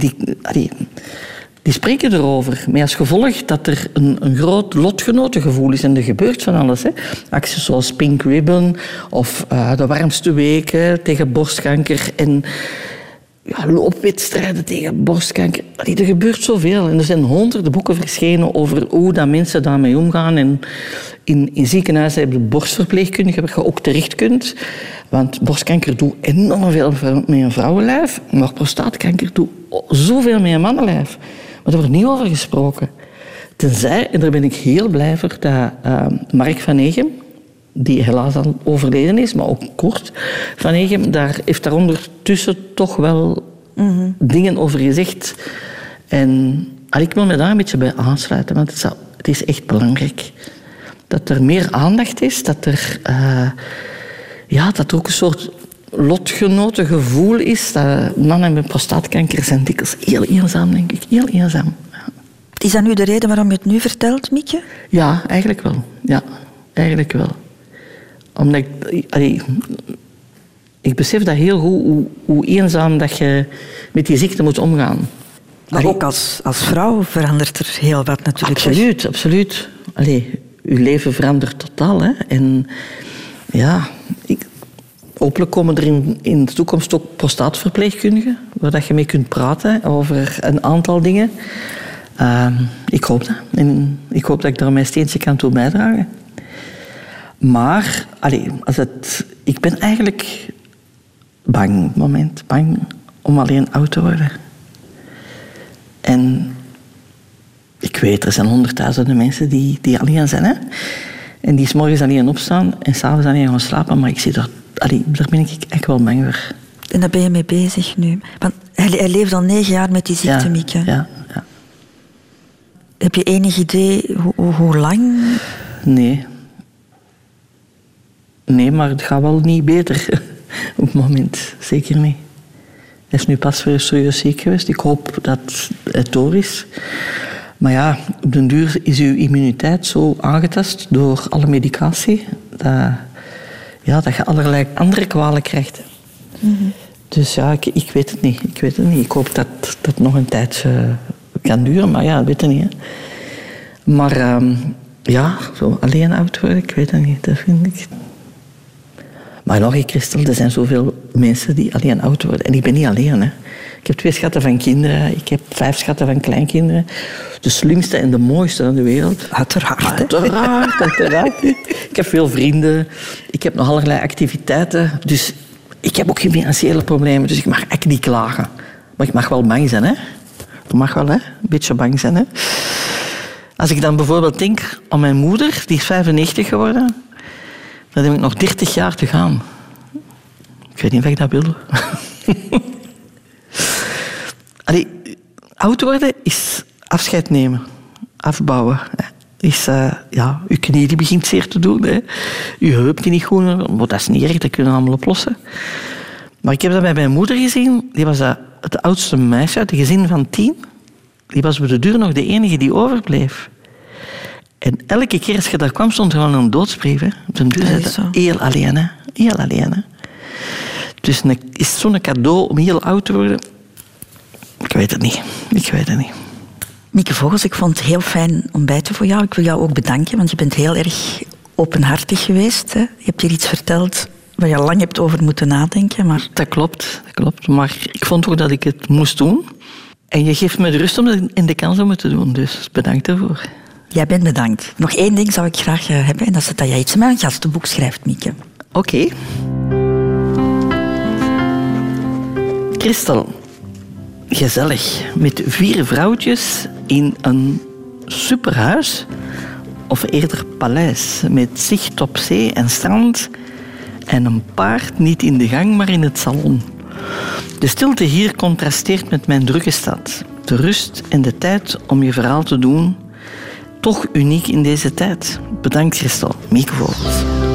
Die spreken erover. Met als gevolg dat er een groot lotgenotengevoel is. En er gebeurt van alles. Hè. Acties zoals Pink Ribbon of de warmste weken tegen borstkanker. En loopwedstrijden tegen borstkanker. Er gebeurt zoveel. En er zijn honderden boeken verschenen over hoe dat mensen daarmee omgaan. En in ziekenhuizen hebben we borstverpleegkundigen waar je ook terecht kunt. Want borstkanker doet enorm veel met een vrouwenlijf. Maar prostaatkanker doet zoveel met een mannenlijf. Maar daar wordt niet over gesproken. Tenzij, en daar ben ik heel blij voor, dat Mark van Egem, die helaas al overleden is, maar ook Kort van Egem, heeft daar ondertussen toch wel dingen over gezegd. En ik wil me daar een beetje bij aansluiten, want het is echt belangrijk. Dat er meer aandacht is, dat er ook een soort lotgenotengevoel is. Dat mannen met prostaatkanker zijn dikwijls heel eenzaam, denk ik. Heel eenzaam. Ja. Is dat nu de reden waarom je het nu vertelt, Mieke? Ja, eigenlijk wel. Ja, eigenlijk wel. Omdat ik besef dat heel goed, hoe eenzaam dat je met die ziekte moet omgaan. Maar ook als vrouw verandert er heel wat natuurlijk. Absoluut, absoluut. Je leven verandert totaal. Hè. En ja, hopelijk komen er in de toekomst ook prostaatverpleegkundigen, waar je mee kunt praten over een aantal dingen. Ik hoop dat. En ik hoop dat ik daar mijn steentje kan toe bijdragen. Maar ik ben eigenlijk bang op het moment. Bang om alleen oud te worden. En ik weet, er zijn honderdduizenden mensen die alleen zijn. Hè? En die 's morgens alleen opstaan en 's avonds alleen gaan slapen. Maar ik zie daar ben ik echt wel bang voor. En daar ben je mee bezig nu. Want hij leeft al 9 jaar met die ziekte, Mieke. Ja. Heb je enig idee hoe lang? Nee, maar het gaat wel niet beter op het moment. Zeker niet. Hij is nu pas weer serieus ziek geweest. Ik hoop dat het door is. Maar ja, op den duur is uw immuniteit zo aangetast door alle medicatie dat je allerlei andere kwalen krijgt. Mm-hmm. Dus ja, ik weet het niet. Ik hoop dat het nog een tijd kan duren, maar ja, dat weet ik niet. Hè. Maar zo alleen oud worden, ik weet het niet. Dat vind ik. Maar nog, Christel, er zijn zoveel mensen die alleen oud worden. En ik ben niet alleen. Hè. Ik heb 2 schatten van kinderen. Ik heb 5 schatten van kleinkinderen. De slimste en de mooiste van de wereld. Uiteraard. Ik heb veel vrienden. Ik heb nog allerlei activiteiten. Dus ik heb ook geen financiële problemen. Dus ik mag echt niet klagen. Maar ik mag wel bang zijn. Hè. Ik mag wel een beetje bang zijn. Hè. Als ik dan bijvoorbeeld denk aan mijn moeder, die is 95 geworden. Dan heb ik nog 30 jaar te gaan. Ik weet niet of ik dat wil. Oud worden is afscheid nemen. Afbouwen. Is, je knie die begint zeer te doen. Hè. Je heup die niet goed. Maar dat is niet erg, dat kunnen we allemaal oplossen. Maar ik heb dat bij mijn moeder gezien. Die was het oudste meisje uit een gezin van 10. Die was bij de deur nog de enige die overbleef. En elke keer als je daar kwam, stond er wel een doodsbrief. Hè. Op de deur zei ze, heel alleen. Hè. Heel alleen. Hè. Dus is zo'n cadeau om heel oud te worden? Ik weet het niet. Mieke Vogels, ik vond het heel fijn ontbijten voor jou. Ik wil jou ook bedanken, want je bent heel erg openhartig geweest. Hè. Je hebt hier iets verteld waar je lang hebt over moeten nadenken. Maar... Dat klopt. Maar ik vond ook dat ik het moest doen. En je geeft me de rust en de kans om het te doen. Dus bedankt daarvoor. Jij bent bedankt. Nog 1 ding zou ik graag hebben. En dat is dat jij iets in mijn gastenboek schrijft, Mieke. Oké. Christel. Gezellig. Met 4 vrouwtjes in een superhuis. Of eerder paleis. Met zicht op zee en strand. En een paard niet in de gang, maar in het salon. De stilte hier contrasteert met mijn drukke stad. De rust en de tijd om je verhaal te doen, toch uniek in deze tijd. Bedankt, Christel. Mieke Vogels.